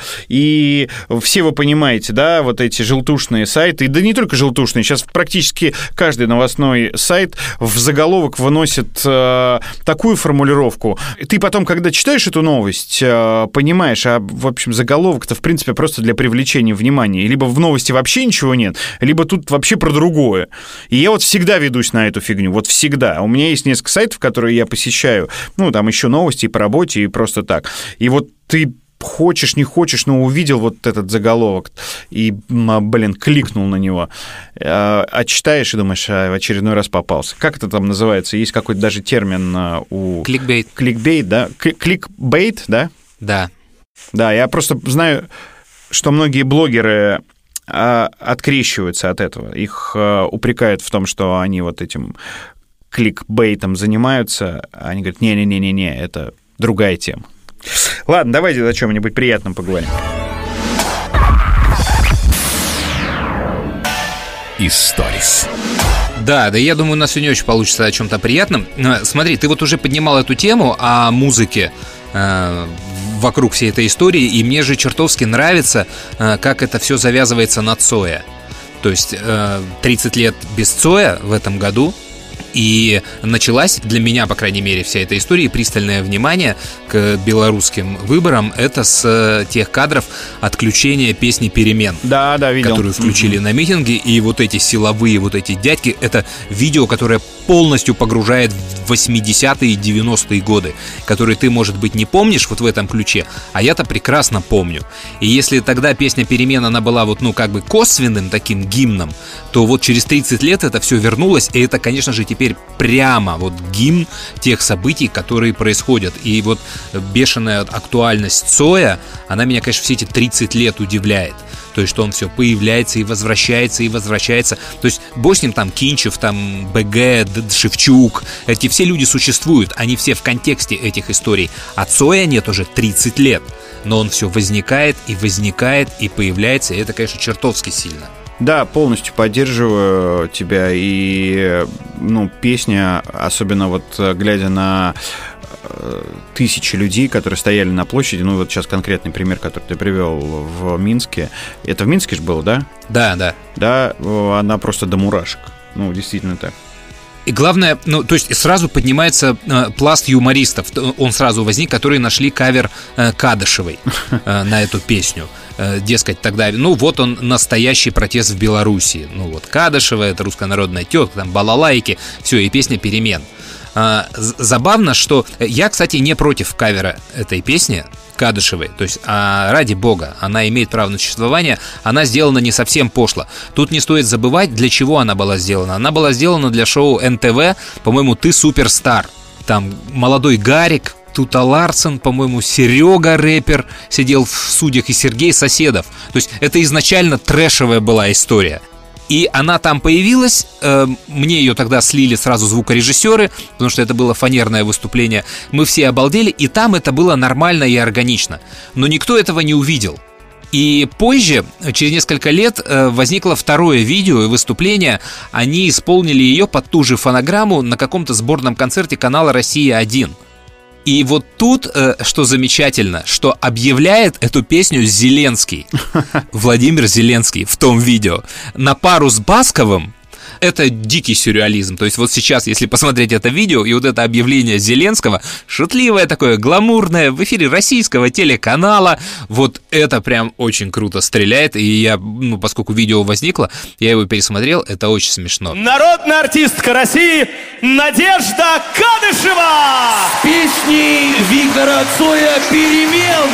и все вы понимаете, да, вот эти желтушные сайты, да не только желтушные, сейчас практически каждый новостной сайт в заголовок выносит такую формулировку. Ты потом, когда читаешь эту новость, понимаешь, в общем, заголовок-то, в принципе, просто для привлечения внимания. Либо в новости вообще ничего нет, либо тут вообще про другое. И я всегда ведусь на эту фигню, всегда. У меня есть несколько сайтов, которые я посещаю, там еще новости и по работе, и просто так. И ты хочешь, не хочешь, но увидел вот этот заголовок и, кликнул на него. А читаешь и думаешь, в очередной раз попался. Как это там называется? Есть какой-то даже термин у... Кликбейт. Кликбейт, да? Кликбейт, да? Да. Да, я просто знаю, что многие блогеры открещиваются от этого. Их упрекают в том, что они вот этим кликбейтом занимаются, они говорят: не-не-не-не, это другая тема. Ладно, давайте о чем-нибудь приятном поговорим. Историс. Да, я думаю, у нас сегодня очень получится о чем-то приятном. Смотри, ты вот уже поднимал эту тему о музыке вокруг всей этой истории, и мне же чертовски нравится, как это все завязывается на Цоя. То есть 30 лет без Цоя в этом году. И началась для меня, по крайней мере, вся эта история и пристальное внимание к белорусским выборам. Это с тех кадров отключения песни «Перемен», да, видел. Которую включили на митинге. И вот эти силовые, вот эти дядьки, это видео, которое полностью погружает в 80-е и 90-е годы, которые ты, может быть, не помнишь вот в этом ключе, а я-то прекрасно помню. И если тогда песня «Перемен», она была вот, как бы косвенным таким гимном, то вот через 30 лет это все вернулось, и это, конечно же, теперь прямо вот гимн тех событий, которые происходят. И вот бешеная актуальность Цоя, она меня, конечно, все эти 30 лет удивляет. То есть, что он все появляется и возвращается, и возвращается. То есть, бог с ним, там, Кинчев, там, БГ, Шевчук, эти все люди существуют, они все в контексте этих историй. А Цоя нет уже 30 лет, но он все возникает, и появляется, и это, конечно, чертовски сильно. Да, полностью поддерживаю тебя. И, песня, особенно вот глядя на тысячи людей, которые стояли на площади, вот сейчас конкретный пример, который ты привел в Минске. Это в Минске же было, да? Да. Да, она просто до мурашек. Действительно так. И главное, то есть сразу поднимается пласт юмористов, он сразу возник, которые нашли кавер Кадышевой на эту песню. Дескать, тогда, вот он, настоящий протест в Белоруссии. Кадышева, это русская народная тетка, там балалайки, все, и песня «Перемен». Забавно, что я, кстати, не против кавера этой песни Кадышевой, то есть, ради бога, она имеет право на существование, она сделана не совсем пошло. Тут не стоит забывать, для чего она была сделана. Она была сделана для шоу НТВ, по-моему, «Ты суперстар». Там молодой Гарик, Тута Ларсен, по-моему, Серега рэпер сидел в судьях и Сергей Соседов. То есть это изначально трэшевая была история. И она там появилась, мне ее тогда слили сразу звукорежиссеры, потому что это было фанерное выступление. Мы все обалдели, и там это было нормально и органично. Но никто этого не увидел. И позже, через несколько лет, возникло второе видео и выступление. Они исполнили ее под ту же фонограмму на каком-то сборном концерте канала «Россия-1». И вот тут, что замечательно, что объявляет эту песню Зеленский, Владимир Зеленский в том видео, на пару с Басковым. Это дикий сюрреализм. То есть вот сейчас, если посмотреть это видео и вот это объявление Зеленского, шутливое такое, гламурное, в эфире российского телеканала, вот это прям очень круто стреляет. И я, поскольку видео возникло, я его пересмотрел, это очень смешно. Народная артистка России Надежда Кадышева с песней Виктора Цоя «Перемен».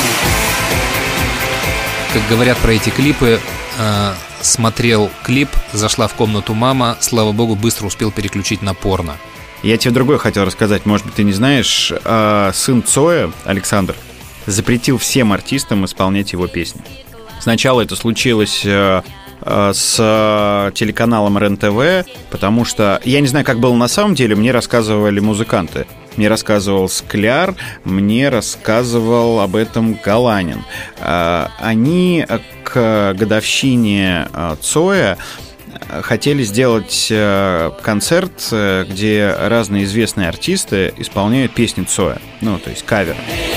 Как говорят про эти клипы, смотрел клип, зашла в комнату мама, слава богу, быстро успел переключить на порно. Я тебе другое хотел рассказать, может быть, ты не знаешь. Сын Цоя, Александр, запретил всем артистам исполнять его песни. Сначала это случилось с телеканалом РЕН-ТВ, потому что, я не знаю, как было на самом деле, мне рассказывали музыканты. Мне рассказывал Скляр, мне рассказывал об этом Галанин. Они к годовщине Цоя хотели сделать концерт, где разные известные артисты исполняют песни Цоя, то есть кавер.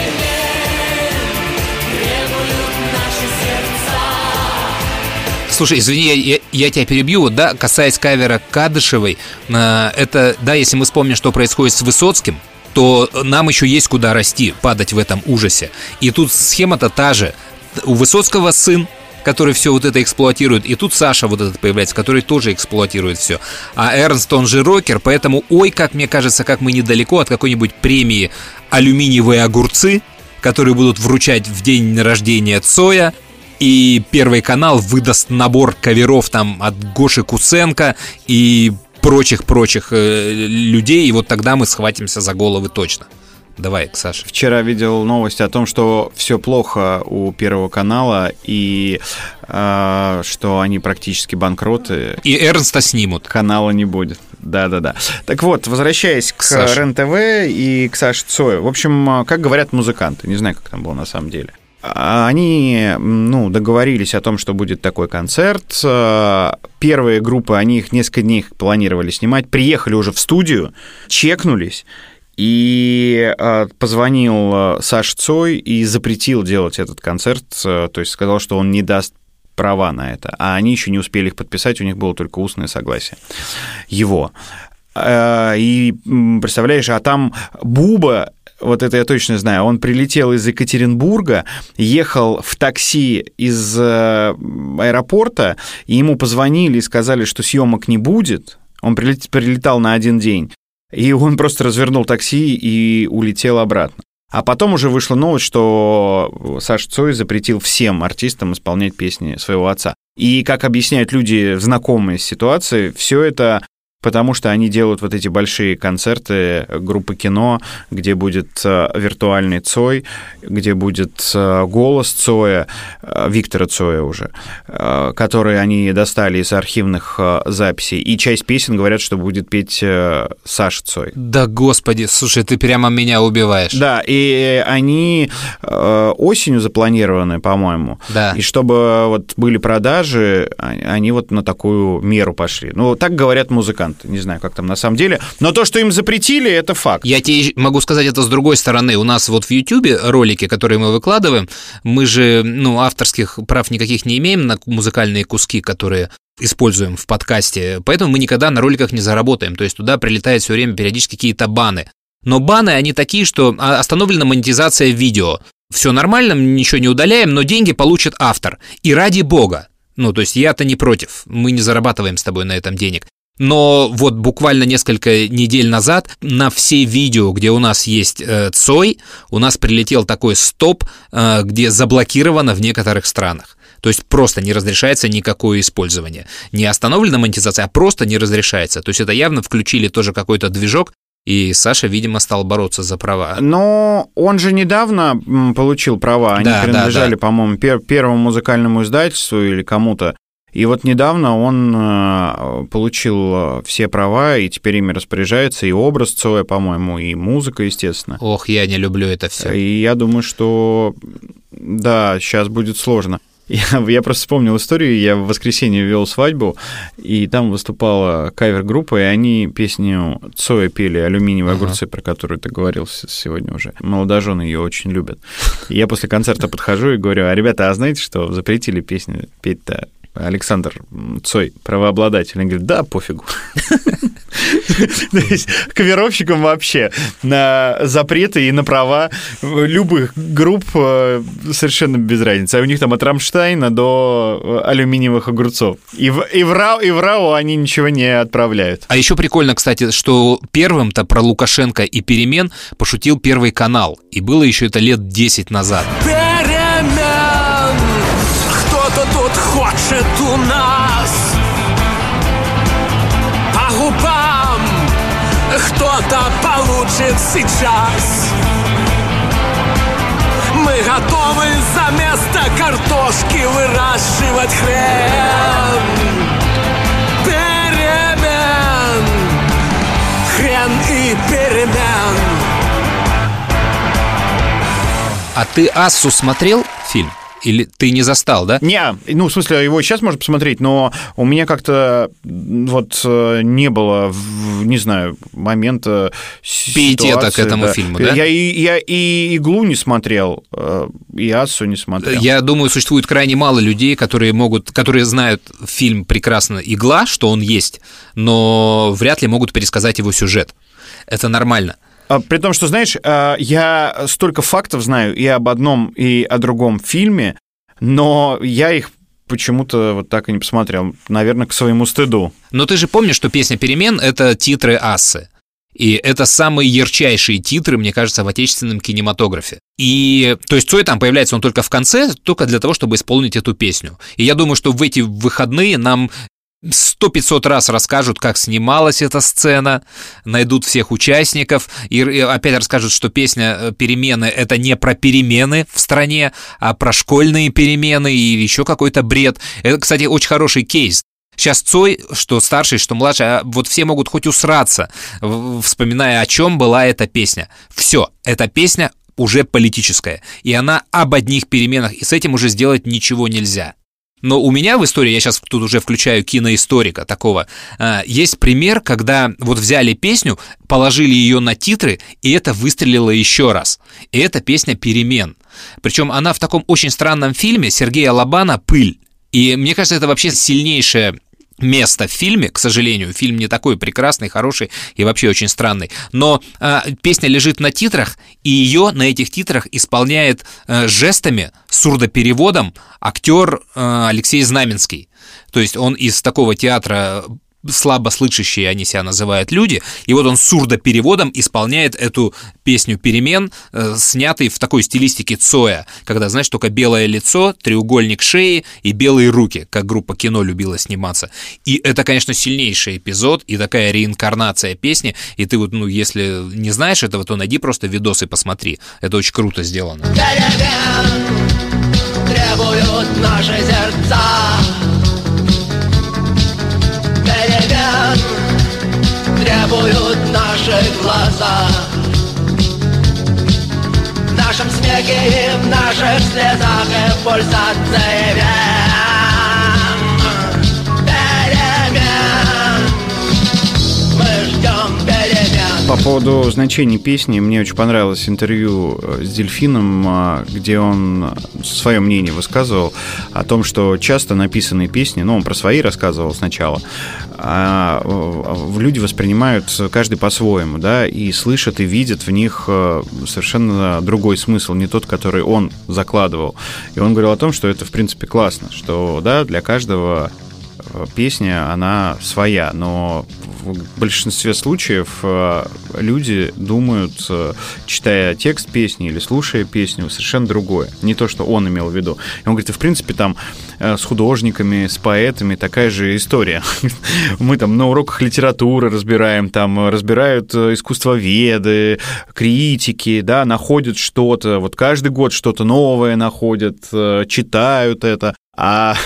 Слушай, извини, я тебя перебью, касаясь кавера Кадышевой, это, если мы вспомним, что происходит с Высоцким, то нам еще есть куда расти, падать в этом ужасе. И тут схема-то та же. У Высоцкого сын, который все вот это эксплуатирует, и тут Саша вот этот появляется, который тоже эксплуатирует все. А Эрнст, он же рокер, поэтому, как мне кажется, как мы недалеко от какой-нибудь премии «Алюминиевые огурцы», которые будут вручать в день рождения Цоя. И Первый канал выдаст набор каверов там от Гоши Куценко и прочих людей, и вот тогда мы схватимся за головы точно. Давай, Саша. Вчера видел новость о том, что все плохо у Первого канала, и что они практически банкроты. И Эрнста снимут. Канала не будет. Да. Так вот, возвращаясь к РЕН-ТВ и к Саше Цою. В общем, как говорят музыканты, не знаю, как там было на самом деле. Они, договорились о том, что будет такой концерт. Первые группы, они их несколько дней планировали снимать, приехали уже в студию, чекнулись, и позвонил Саша Цой и запретил делать этот концерт, то есть сказал, что он не даст права на это, а они еще не успели их подписать, у них было только устное согласие его. И представляешь, а там Буба, вот это я точно знаю, он прилетел из Екатеринбурга, ехал в такси из аэропорта, и ему позвонили и сказали, что съемок не будет. Он прилетал на один день, и он просто развернул такси и улетел обратно. А потом уже вышла новость, что Саша Цой запретил всем артистам исполнять песни своего отца. И, как объясняют люди, знакомые с ситуацией, все это потому что они делают вот эти большие концерты группы «Кино», где будет виртуальный Цой, где будет голос Цоя, Виктора Цоя уже, который они достали из архивных записей. И часть песен говорят, что будет петь Саша Цой. Да господи, слушай, ты прямо меня убиваешь. Да, и они осенью запланированы, по-моему. Да. И чтобы вот были продажи, они вот на такую меру пошли. Ну, так говорят музыканты. Не знаю, как там на самом деле. Но то, что им запретили, это факт. Я тебе могу сказать это с другой стороны. У нас вот в Ютубе ролики, которые мы выкладываем, мы же, авторских прав никаких не имеем на музыкальные куски, которые используем в подкасте, поэтому мы никогда на роликах не заработаем. То есть туда прилетает все время периодически какие-то баны. Но баны, они такие, что остановлена монетизация видео. Все нормально, ничего не удаляем, но деньги получит автор. И ради бога. То есть я-то не против. Мы не зарабатываем с тобой на этом денег. Но вот буквально несколько недель назад на все видео, где у нас есть Цой, у нас прилетел такой стоп, где заблокировано в некоторых странах. То есть просто не разрешается никакое использование. Не остановлена монетизация, а просто не разрешается. То есть это явно включили тоже какой-то движок, и Саша, видимо, стал бороться за права. Но он же недавно получил права. Они принадлежали, по-моему, первому музыкальному издательству или кому-то. И вот недавно он получил все права, и теперь ими распоряжается и образ Цоя, по-моему, и музыка, естественно. Ох, я не люблю это все. И я думаю, что, да, сейчас будет сложно. Я просто вспомнил историю, я в воскресенье вел свадьбу, и там выступала кавер-группа, и они песню Цоя пели «Алюминиевые огурцы», про которую ты говорил сегодня уже. Молодожены ее очень любят. И я после концерта подхожу и говорю: а ребята, а знаете, что запретили песню петь-то Александр Цой, правообладатель? Они говорят: да, пофигу. То есть каверовщикам вообще на запреты и на права любых групп совершенно без разницы. А у них там от Рамштайна до алюминиевых огурцов. И в РАО они ничего не отправляют. А еще прикольно, кстати, что первым-то про Лукашенко и перемен пошутил Первый канал. И было еще это лет 10 назад. Кто-то тут хочет у нас по губам, кто-то получит сейчас. Мы готовы за место картошки выращивать хрен. Перемен, хрен и перемен. А ты «Ассу» смотрел фильм? Или ты не застал, да? Не, в смысле, его сейчас можно посмотреть, но у меня как-то вот не было, не знаю, момента пиетета к этому фильму, да? Я и «Иглу» не смотрел, и «Ассу» не смотрел. Я думаю, существует крайне мало людей, которые знают фильм прекрасно «Игла», что он есть, но вряд ли могут пересказать его сюжет. Это нормально. При том, что, знаешь, я столько фактов знаю и об одном, и о другом фильме, но я их почему-то вот так и не посмотрел. Наверное, к своему стыду. Но ты же помнишь, что песня «Перемен» — это титры «Ассы». И это самые ярчайшие титры, мне кажется, в отечественном кинематографе. И, то есть, Цой там появляется он только в конце, только для того, чтобы исполнить эту песню. И я думаю, что в эти выходные нам 100-500 раз расскажут, как снималась эта сцена, найдут всех участников и опять расскажут, что песня «Перемены» — это не про перемены в стране, а про школьные перемены и еще какой-то бред. Это, кстати, очень хороший кейс. Сейчас Цой, что старший, что младший, вот все могут хоть усраться, вспоминая, о чем была эта песня. Все, эта песня уже политическая, и она об одних переменах, и с этим уже сделать ничего нельзя. Но у меня в истории, я сейчас тут уже включаю киноисторика такого, есть пример, когда вот взяли песню, положили ее на титры, и это выстрелило еще раз. И это песня «Перемен». Причем она в таком очень странном фильме Сергея Лобана «Пыль». И мне кажется, это вообще сильнейшее место в фильме, к сожалению. Фильм не такой прекрасный, хороший и вообще очень странный. Но песня лежит на титрах, и ее на этих титрах исполняет жестами, сурдопереводом актер Алексей Знаменский. То есть он из такого театра слабослышащие, они себя называют, люди, и вот он сурдопереводом исполняет эту песню «Перемен», снятый в такой стилистике Цоя, когда, знаешь, только белое лицо, треугольник шеи и белые руки, как группа «Кино» любила сниматься. И это, конечно, сильнейший эпизод и такая реинкарнация песни, и ты вот, ну, если не знаешь этого, то найди просто видос и посмотри. Это очень круто сделано. Требуют наши сердца. Перемен требуют наши глаза. В нашем смехе и в наших слезах и в пульсации вен. Перемен. Мы ждем перемен. По поводу значения песни, мне очень понравилось интервью с Дельфином, где он свое мнение высказывал о том, что часто написанные песни, ну, он про свои рассказывал сначала, а люди воспринимают каждый по-своему, да, и слышат и видят в них совершенно другой смысл, не тот, который он закладывал. И он говорил о том, что это, в принципе, классно, что, да, для каждого песня, она своя, но в большинстве случаев люди думают, читая текст песни или слушая песню, совершенно другое, не то, что он имел в виду. И он говорит, в принципе, там с художниками, с поэтами такая же история. Мы там на уроках литературы разбираем, там разбирают искусствоведы, критики, да, находят что-то, вот каждый год что-то новое находят, читают это. А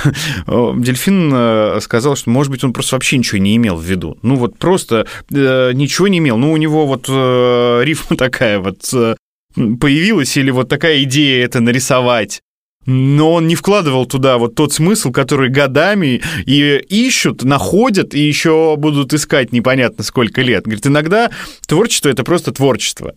Дельфин сказал, что, может быть, он просто вообще ничего не имел в виду. Ну, вот просто ничего не имел. Ну, у него вот рифма такая вот появилась, или вот такая идея это нарисовать. Но он не вкладывал туда вот тот смысл, который годами и ищут, находят, и еще будут искать непонятно сколько лет. Говорит, иногда творчество – это просто творчество,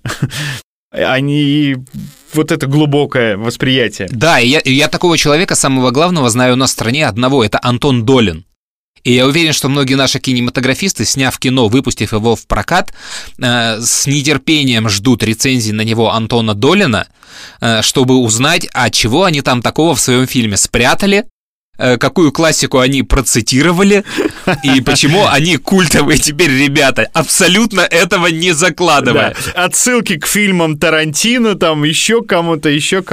а не вот это глубокое восприятие. Да, и я такого человека, самого главного, знаю на стране одного, это Антон Долин. И я уверен, что многие наши кинематографисты, сняв кино, выпустив его в прокат, с нетерпением ждут рецензии на него Антона Долина, чтобы узнать, а чего они там такого в своем фильме спрятали, какую классику они процитировали и почему они культовые теперь ребята, абсолютно этого не закладывая. Да. Отсылки к фильмам Тарантино, там еще кому-то,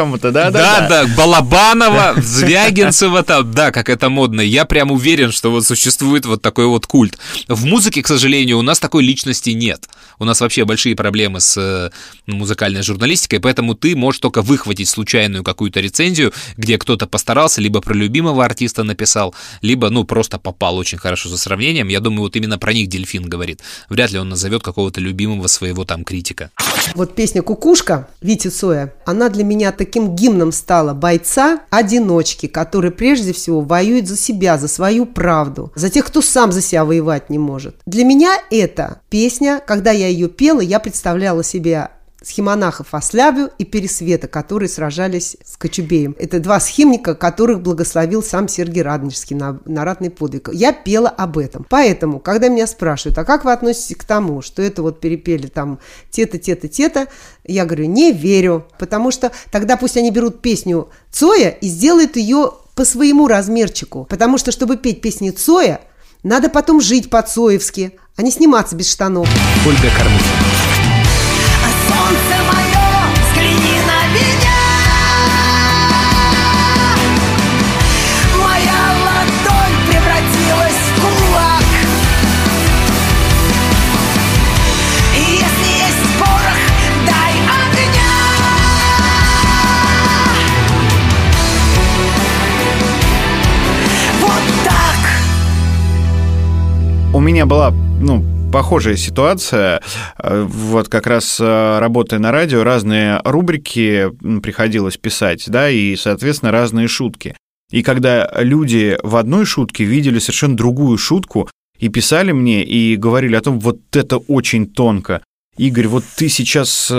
да. Балабанова, Звягинцева, там, да, как это модно. Я прям уверен, что вот существует вот такой вот культ. В музыке, к сожалению, у нас такой личности нет. У нас вообще большие проблемы с музыкальной журналистикой, поэтому ты можешь только выхватить случайную какую-то рецензию, где кто-то постарался, либо про любимого артиста написал, либо, ну, просто попал очень хорошо за сравнением. Я думаю, вот именно про них Дельфин говорит. Вряд ли он назовет какого-то любимого своего там критика. Вот песня «Кукушка» Вити Цоя, она для меня таким гимном стала бойца-одиночки, который прежде всего воюет за себя, за свою правду, за тех, кто сам за себя воевать не может. Для меня эта песня, когда я ее пела, я представляла себе схимонахов Ослябю и Пересвета, которые сражались с Кочубеем. Это два схимника, которых благословил сам Сергий Радонежский на ратный подвиг. Я пела об этом. Поэтому, когда меня спрашивают, а как вы относитесь к тому, что это вот перепели там те-то, я говорю, не верю, потому что тогда пусть они берут песню Цоя и сделают ее по своему размерчику, потому что, чтобы петь песни Цоя, надо потом жить по-цоевски, а не сниматься без штанов. Ольга Кормухина. Солнце мое, взгляни на меня. Моя ладонь превратилась в кулак. И если есть порох, дай огня. Вот так. У меня была, похожая ситуация. Вот как раз работая на радио, разные рубрики приходилось писать, да, и, соответственно, разные шутки. И когда люди в одной шутке видели совершенно другую шутку и писали мне, и говорили о том, вот это очень тонко. Игорь, вот ты сейчас...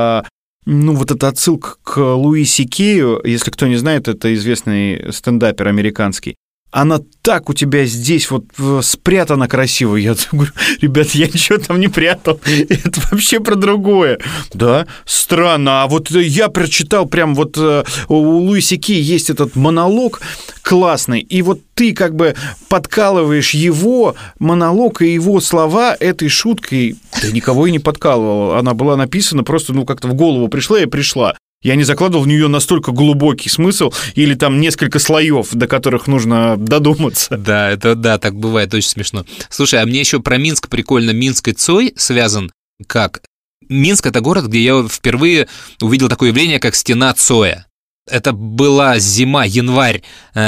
вот эта отсылка к Луи Сикею, если кто не знает, это известный стендапер американский. Она так у тебя здесь вот спрятана красиво. Я говорю, ребят, я ничего там не прятал. Это вообще про другое. Да, странно. А вот я прочитал прям вот у Луи Сикея есть этот монолог классный, и вот ты как бы подкалываешь его монолог и его слова этой шуткой. Да никого и не подкалывал. Она была написана просто, как-то в голову пришла и пришла. Я не закладывал в нее настолько глубокий смысл или там несколько слоев, до которых нужно додуматься. Да, так бывает, очень смешно. Слушай, а мне еще про Минск прикольно. Минск и Цой связан как? Минск — это город, где я впервые увидел такое явление, как стена Цоя. Это была зима, январь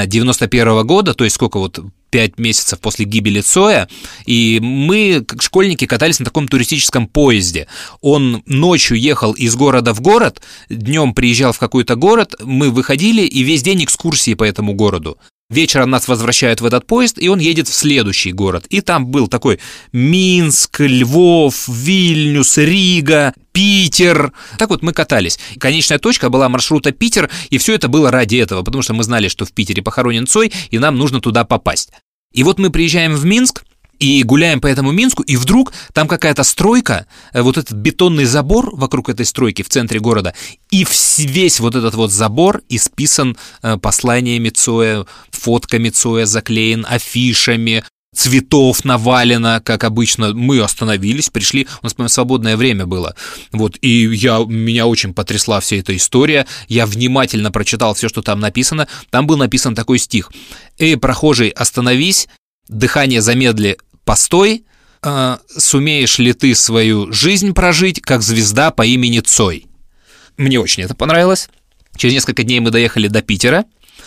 91 года, то есть сколько 5 месяцев после гибели Цоя, и мы, как школьники, катались на таком туристическом поезде. Он ночью ехал из города в город, днем приезжал в какой-то город, мы выходили, и весь день экскурсии по этому городу. Вечером нас возвращают в этот поезд, и он едет в следующий город. И там был такой Минск, Львов, Вильнюс, Рига, Питер. Так вот мы катались. Конечная точка была маршрута Питер, и все это было ради этого, потому что мы знали, что в Питере похоронен Цой, и нам нужно туда попасть. И вот мы приезжаем в Минск, и гуляем по этому Минску, и вдруг там какая-то стройка, вот этот бетонный забор вокруг этой стройки в центре города, и весь вот этот вот забор исписан посланиями Цоя, фотками Цоя заклеен, афишами, цветов навалено, как обычно. Мы остановились, пришли, у нас, по-моему, свободное время было. Вот, и меня очень потрясла вся эта история. Я внимательно прочитал все, что там написано. Там был написан такой стих: «Эй, прохожий, остановись, дыхание замедли, постой, сумеешь ли ты свою жизнь прожить, как звезда по имени Цой». Мне очень это понравилось. Через несколько дней мы доехали до Питера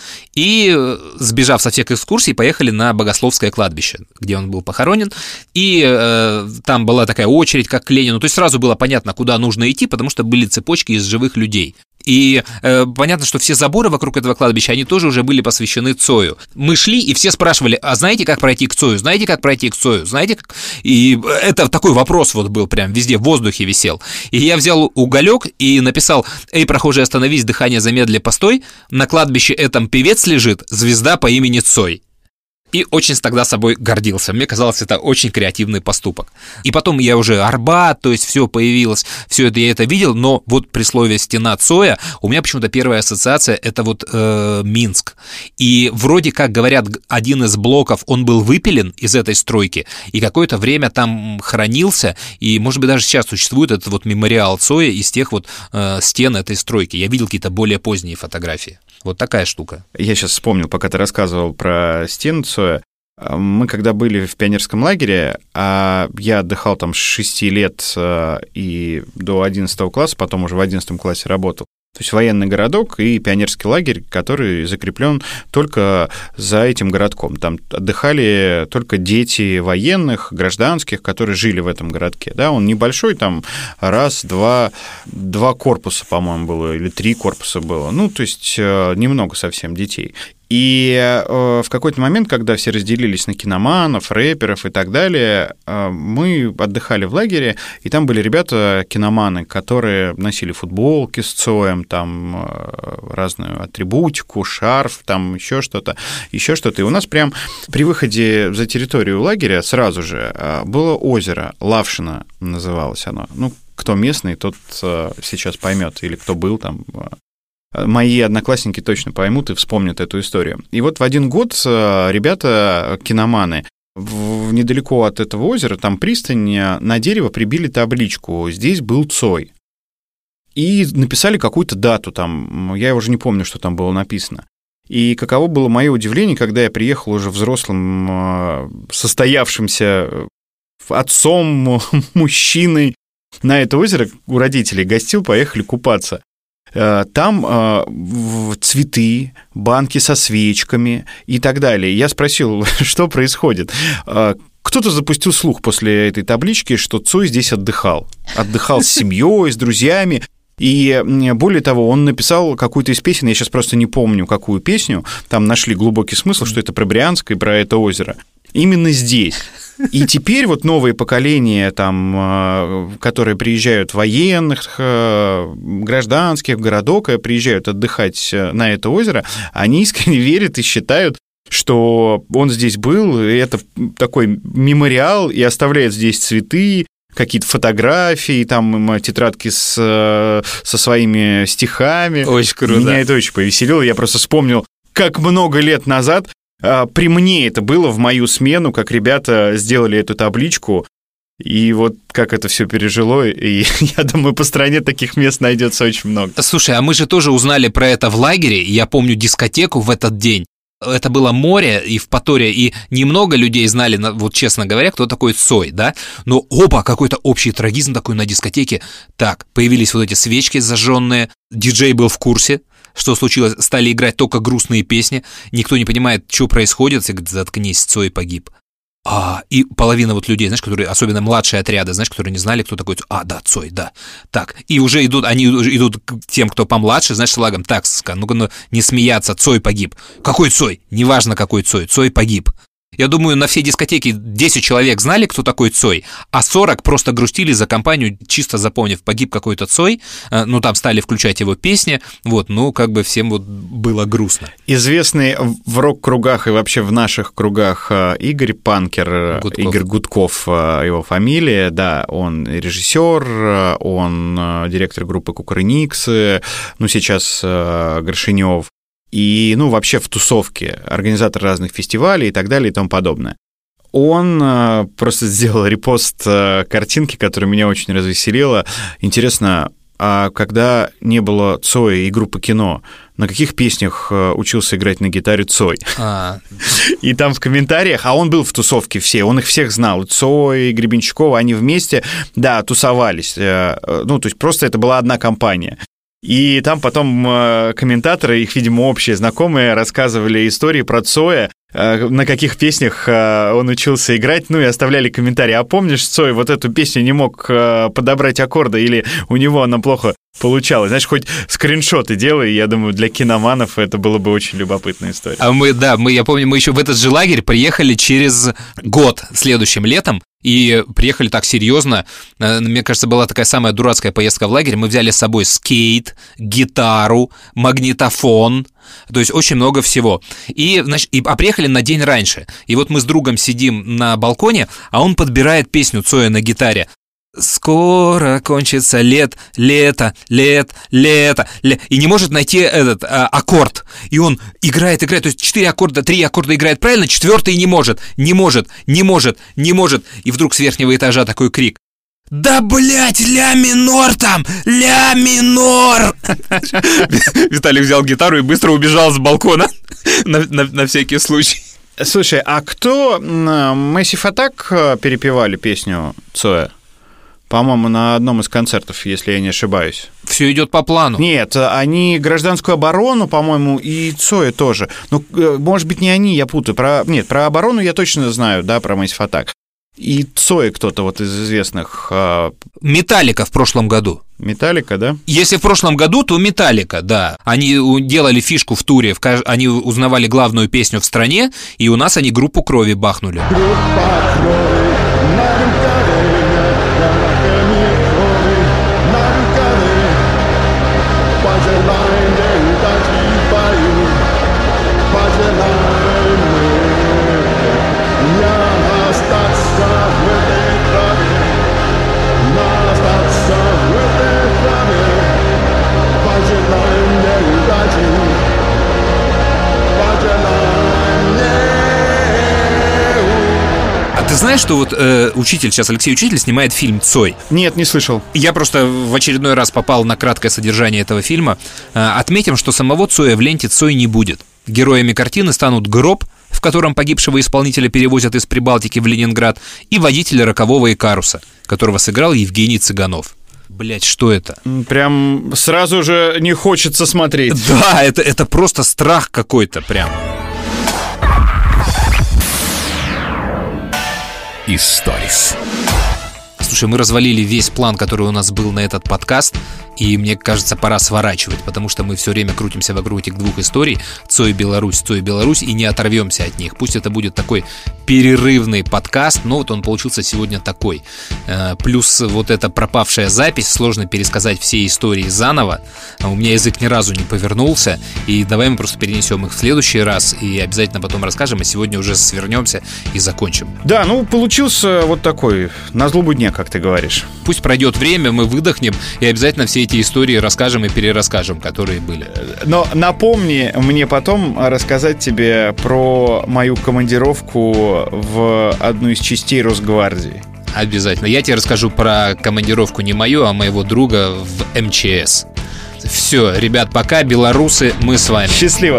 и, сбежав со всех экскурсий, поехали на Богословское кладбище, где он был похоронен. И там была такая очередь, как к Ленину. То есть сразу было понятно, куда нужно идти, потому что были цепочки из живых людей. И понятно, что все заборы вокруг этого кладбища, они тоже уже были посвящены Цою. Мы шли, и все спрашивали: а знаете, как пройти к Цою? Знаете, как пройти к Цою? Знаете, как... И это такой вопрос вот был прям везде, в воздухе висел. И я взял уголек и написал: «Эй, прохожий, остановись, дыхание замедли, постой, на кладбище этом певец лежит, звезда по имени Цой». И очень тогда собой гордился. Мне казалось, это очень креативный поступок. И потом я уже Арбат, то есть все появилось, все это я это видел, но вот при слове «стена Цоя» у меня почему-то первая ассоциация — это вот Минск. И вроде как говорят, один из блоков, он был выпилен из этой стройки, и какое-то время там хранился, и, может быть, даже сейчас существует этот вот мемориал Цоя из тех вот стен этой стройки. Я видел какие-то более поздние фотографии. Вот такая штука. Я сейчас вспомнил, пока ты рассказывал про стену Цоя. Мы когда были в пионерском лагере, я отдыхал там с 6 лет и до 11 класса, потом уже в 11 классе работал. То есть военный городок и пионерский лагерь, который закреплен только за этим городком. Там отдыхали только дети военных, гражданских, которые жили в этом городке. Да, он небольшой, там два корпуса, по-моему, было, или 3 корпуса было. Ну, то есть немного совсем детей. И в какой-то момент, когда все разделились на киноманов, рэперов и так далее, мы отдыхали в лагере, и там были ребята-киноманы, которые носили футболки с Цоем, там разную атрибутику, шарф, там еще что-то. И у нас прям при выходе за территорию лагеря сразу же было озеро, Лавшино называлось оно. Ну, кто местный, тот сейчас поймет, или кто был там. Мои одноклассники точно поймут и вспомнят эту историю. И вот в один год ребята, киноманы, недалеко от этого озера, там пристань, на дерево прибили табличку: «Здесь был Цой». И написали какую-то дату там, я уже не помню, что там было написано. И каково было мое удивление, когда я приехал уже взрослым, состоявшимся отцом, мужчиной на это озеро, у родителей гостил, поехали купаться. Там цветы, банки со свечками и так далее. Я спросил, что происходит. Кто кто-то запустил слух после этой таблички, что Цой здесь отдыхал. Отдыхал с семьей, с друзьями. И более того, он написал какую-то из песен, я сейчас просто не помню, какую песню, там нашли глубокий смысл, что это про Брянск и про это озеро. Именно здесь. И теперь вот новые поколения, там, которые приезжают военных, гражданских, городок, приезжают отдыхать на это озеро, они искренне верят и считают, что он здесь был, и это такой мемориал, и оставляет здесь цветы, какие-то фотографии, там тетрадки со своими стихами. Очень круто. Меня это очень повеселило. Я просто вспомнил, как много лет назад при мне это было в мою смену, как ребята сделали эту табличку, и вот как это все пережило, и я думаю, по стране таких мест найдется очень много. Слушай, а мы же тоже узнали про это в лагере, я помню дискотеку в этот день. Это было море и в Паторе, и немного людей знали, вот честно говоря, кто такой Цой, да? Но какой-то общий трагизм такой на дискотеке. Так, появились вот эти свечки зажженные, диджей был в курсе, что случилось, стали играть только грустные песни, никто не понимает, что происходит, все говорят, заткнись, Цой погиб. И половина вот людей, знаешь, которые, особенно младшие отряды, знаешь, которые не знали, кто такой, да, Цой, да, так, и они уже идут к тем, кто помладше, знаешь, с лагом, так, ну-ка, не смеяться, Цой погиб. Какой Цой? Неважно, какой Цой, Цой погиб. Я думаю, на все дискотеки 10 человек знали, кто такой Цой, а 40 просто грустили за компанию, чисто запомнив, погиб какой-то Цой, ну, там стали включать его песни, вот, ну, как бы всем вот было грустно. Известный в рок-кругах и вообще в наших кругах Игорь Панкер, Гудков. Игорь Гудков, его фамилия, да, он режиссер, он директор группы Кукрыниксы, ну, сейчас Горшенев. И, ну, вообще в тусовке, организатор разных фестивалей и так далее и тому подобное. Он просто сделал репост картинки, которая меня очень развеселила. Интересно, а когда не было Цоя и группы Кино, на каких песнях учился играть на гитаре Цой? И там в комментариях, а он был в тусовке все, он их всех знал, Цой, Гребенщикова, они вместе, да, тусовались. Ну, то есть просто это была одна компания. И там потом комментаторы, их, видимо, общие знакомые, рассказывали истории про Цоя, на каких песнях он учился играть, ну и оставляли комментарии. А помнишь, Цой вот эту песню не мог подобрать аккорды, или у него она плохо получалась? Знаешь, хоть скриншоты делай, я думаю, для киноманов это было бы очень любопытная история. Я помню, мы еще в этот же лагерь приехали через год, следующим летом, и приехали так серьезно. Мне кажется, была такая самая дурацкая поездка в лагерь. Мы взяли с собой скейт, гитару, магнитофон, то есть очень много всего. А приехали на день раньше. И вот мы с другом сидим на балконе, а он подбирает песню Цоя на гитаре. Скоро кончится лето, и не может найти этот аккорд. И он играет, то есть 3 аккорда играет правильно, 4-й не может. И вдруг с верхнего этажа такой крик. Да, блять, ля минор там, ля минор! Виталик взял гитару и быстро убежал с балкона на всякий случай. Слушай, а кто Massive Attack перепевали песню Цоя? По-моему, на одном из концертов, если я не ошибаюсь. Все идет по плану. Нет, они гражданскую оборону, по-моему, и Цоя тоже. Ну, может быть, не они, я путаю. Про оборону я точно знаю, да, про Massive Attack. И Цоя кто-то вот из известных... Металлика в прошлом году. Металлика, да? Если в прошлом году, то Металлика, да. Они делали фишку в туре, они узнавали главную песню в стране, и у нас они группу Крови бахнули. Ты знаешь, что вот Алексей Учитель снимает фильм «Цой»? Нет, не слышал. Я просто в очередной раз попал на краткое содержание этого фильма. Отметим, что самого Цоя в ленте Цой не будет. Героями картины станут гроб, в котором погибшего исполнителя перевозят из Прибалтики в Ленинград, и водитель рокового Икаруса, которого сыграл Евгений Цыганов. Блять, что это? Прям сразу же не хочется смотреть. Да, это просто страх какой-то прям. Историс. Слушай, мы развалили весь план, который у нас был на этот подкаст, и мне кажется, пора сворачивать, потому что мы все время крутимся вокруг этих двух историй: Цой Беларусь, и не оторвемся от них. Пусть это будет такой перерывный подкаст, но вот он получился сегодня такой. Плюс вот эта пропавшая запись, сложно пересказать все истории заново. У меня язык ни разу не повернулся, и давай мы просто перенесем их в следующий раз и обязательно потом расскажем, а сегодня уже свернемся и закончим. Да, ну получился вот такой, на злобу дня, как ты говоришь. Пусть пройдет время, мы выдохнем и обязательно все эти истории расскажем и перерасскажем, которые были. Но напомни мне потом рассказать тебе про мою командировку в одну из частей Росгвардии. Обязательно. Я тебе расскажу про командировку не мою, а моего друга в МЧС. Все, ребят, пока. Белорусы, мы с вами. Счастливо.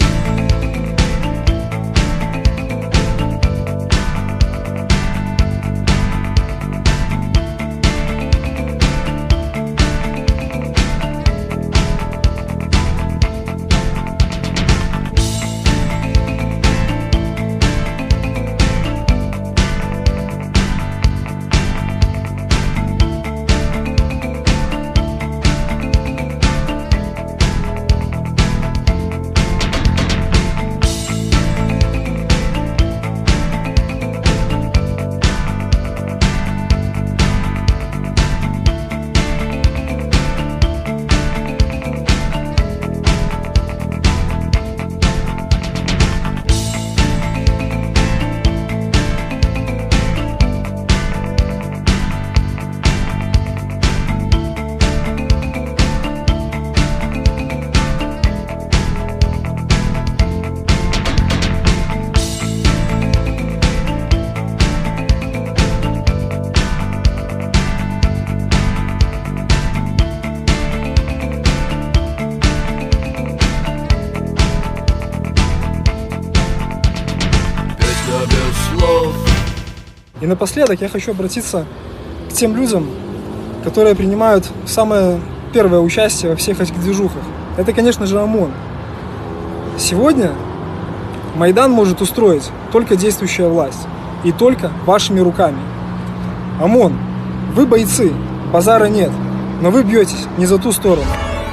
И напоследок я хочу обратиться к тем людям, которые принимают самое первое участие во всех этих движухах. Это, конечно же, ОМОН. Сегодня Майдан может устроить только действующая власть. И только вашими руками. ОМОН, вы бойцы, базара нет, но вы бьетесь не за ту сторону.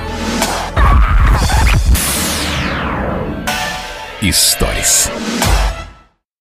Историс.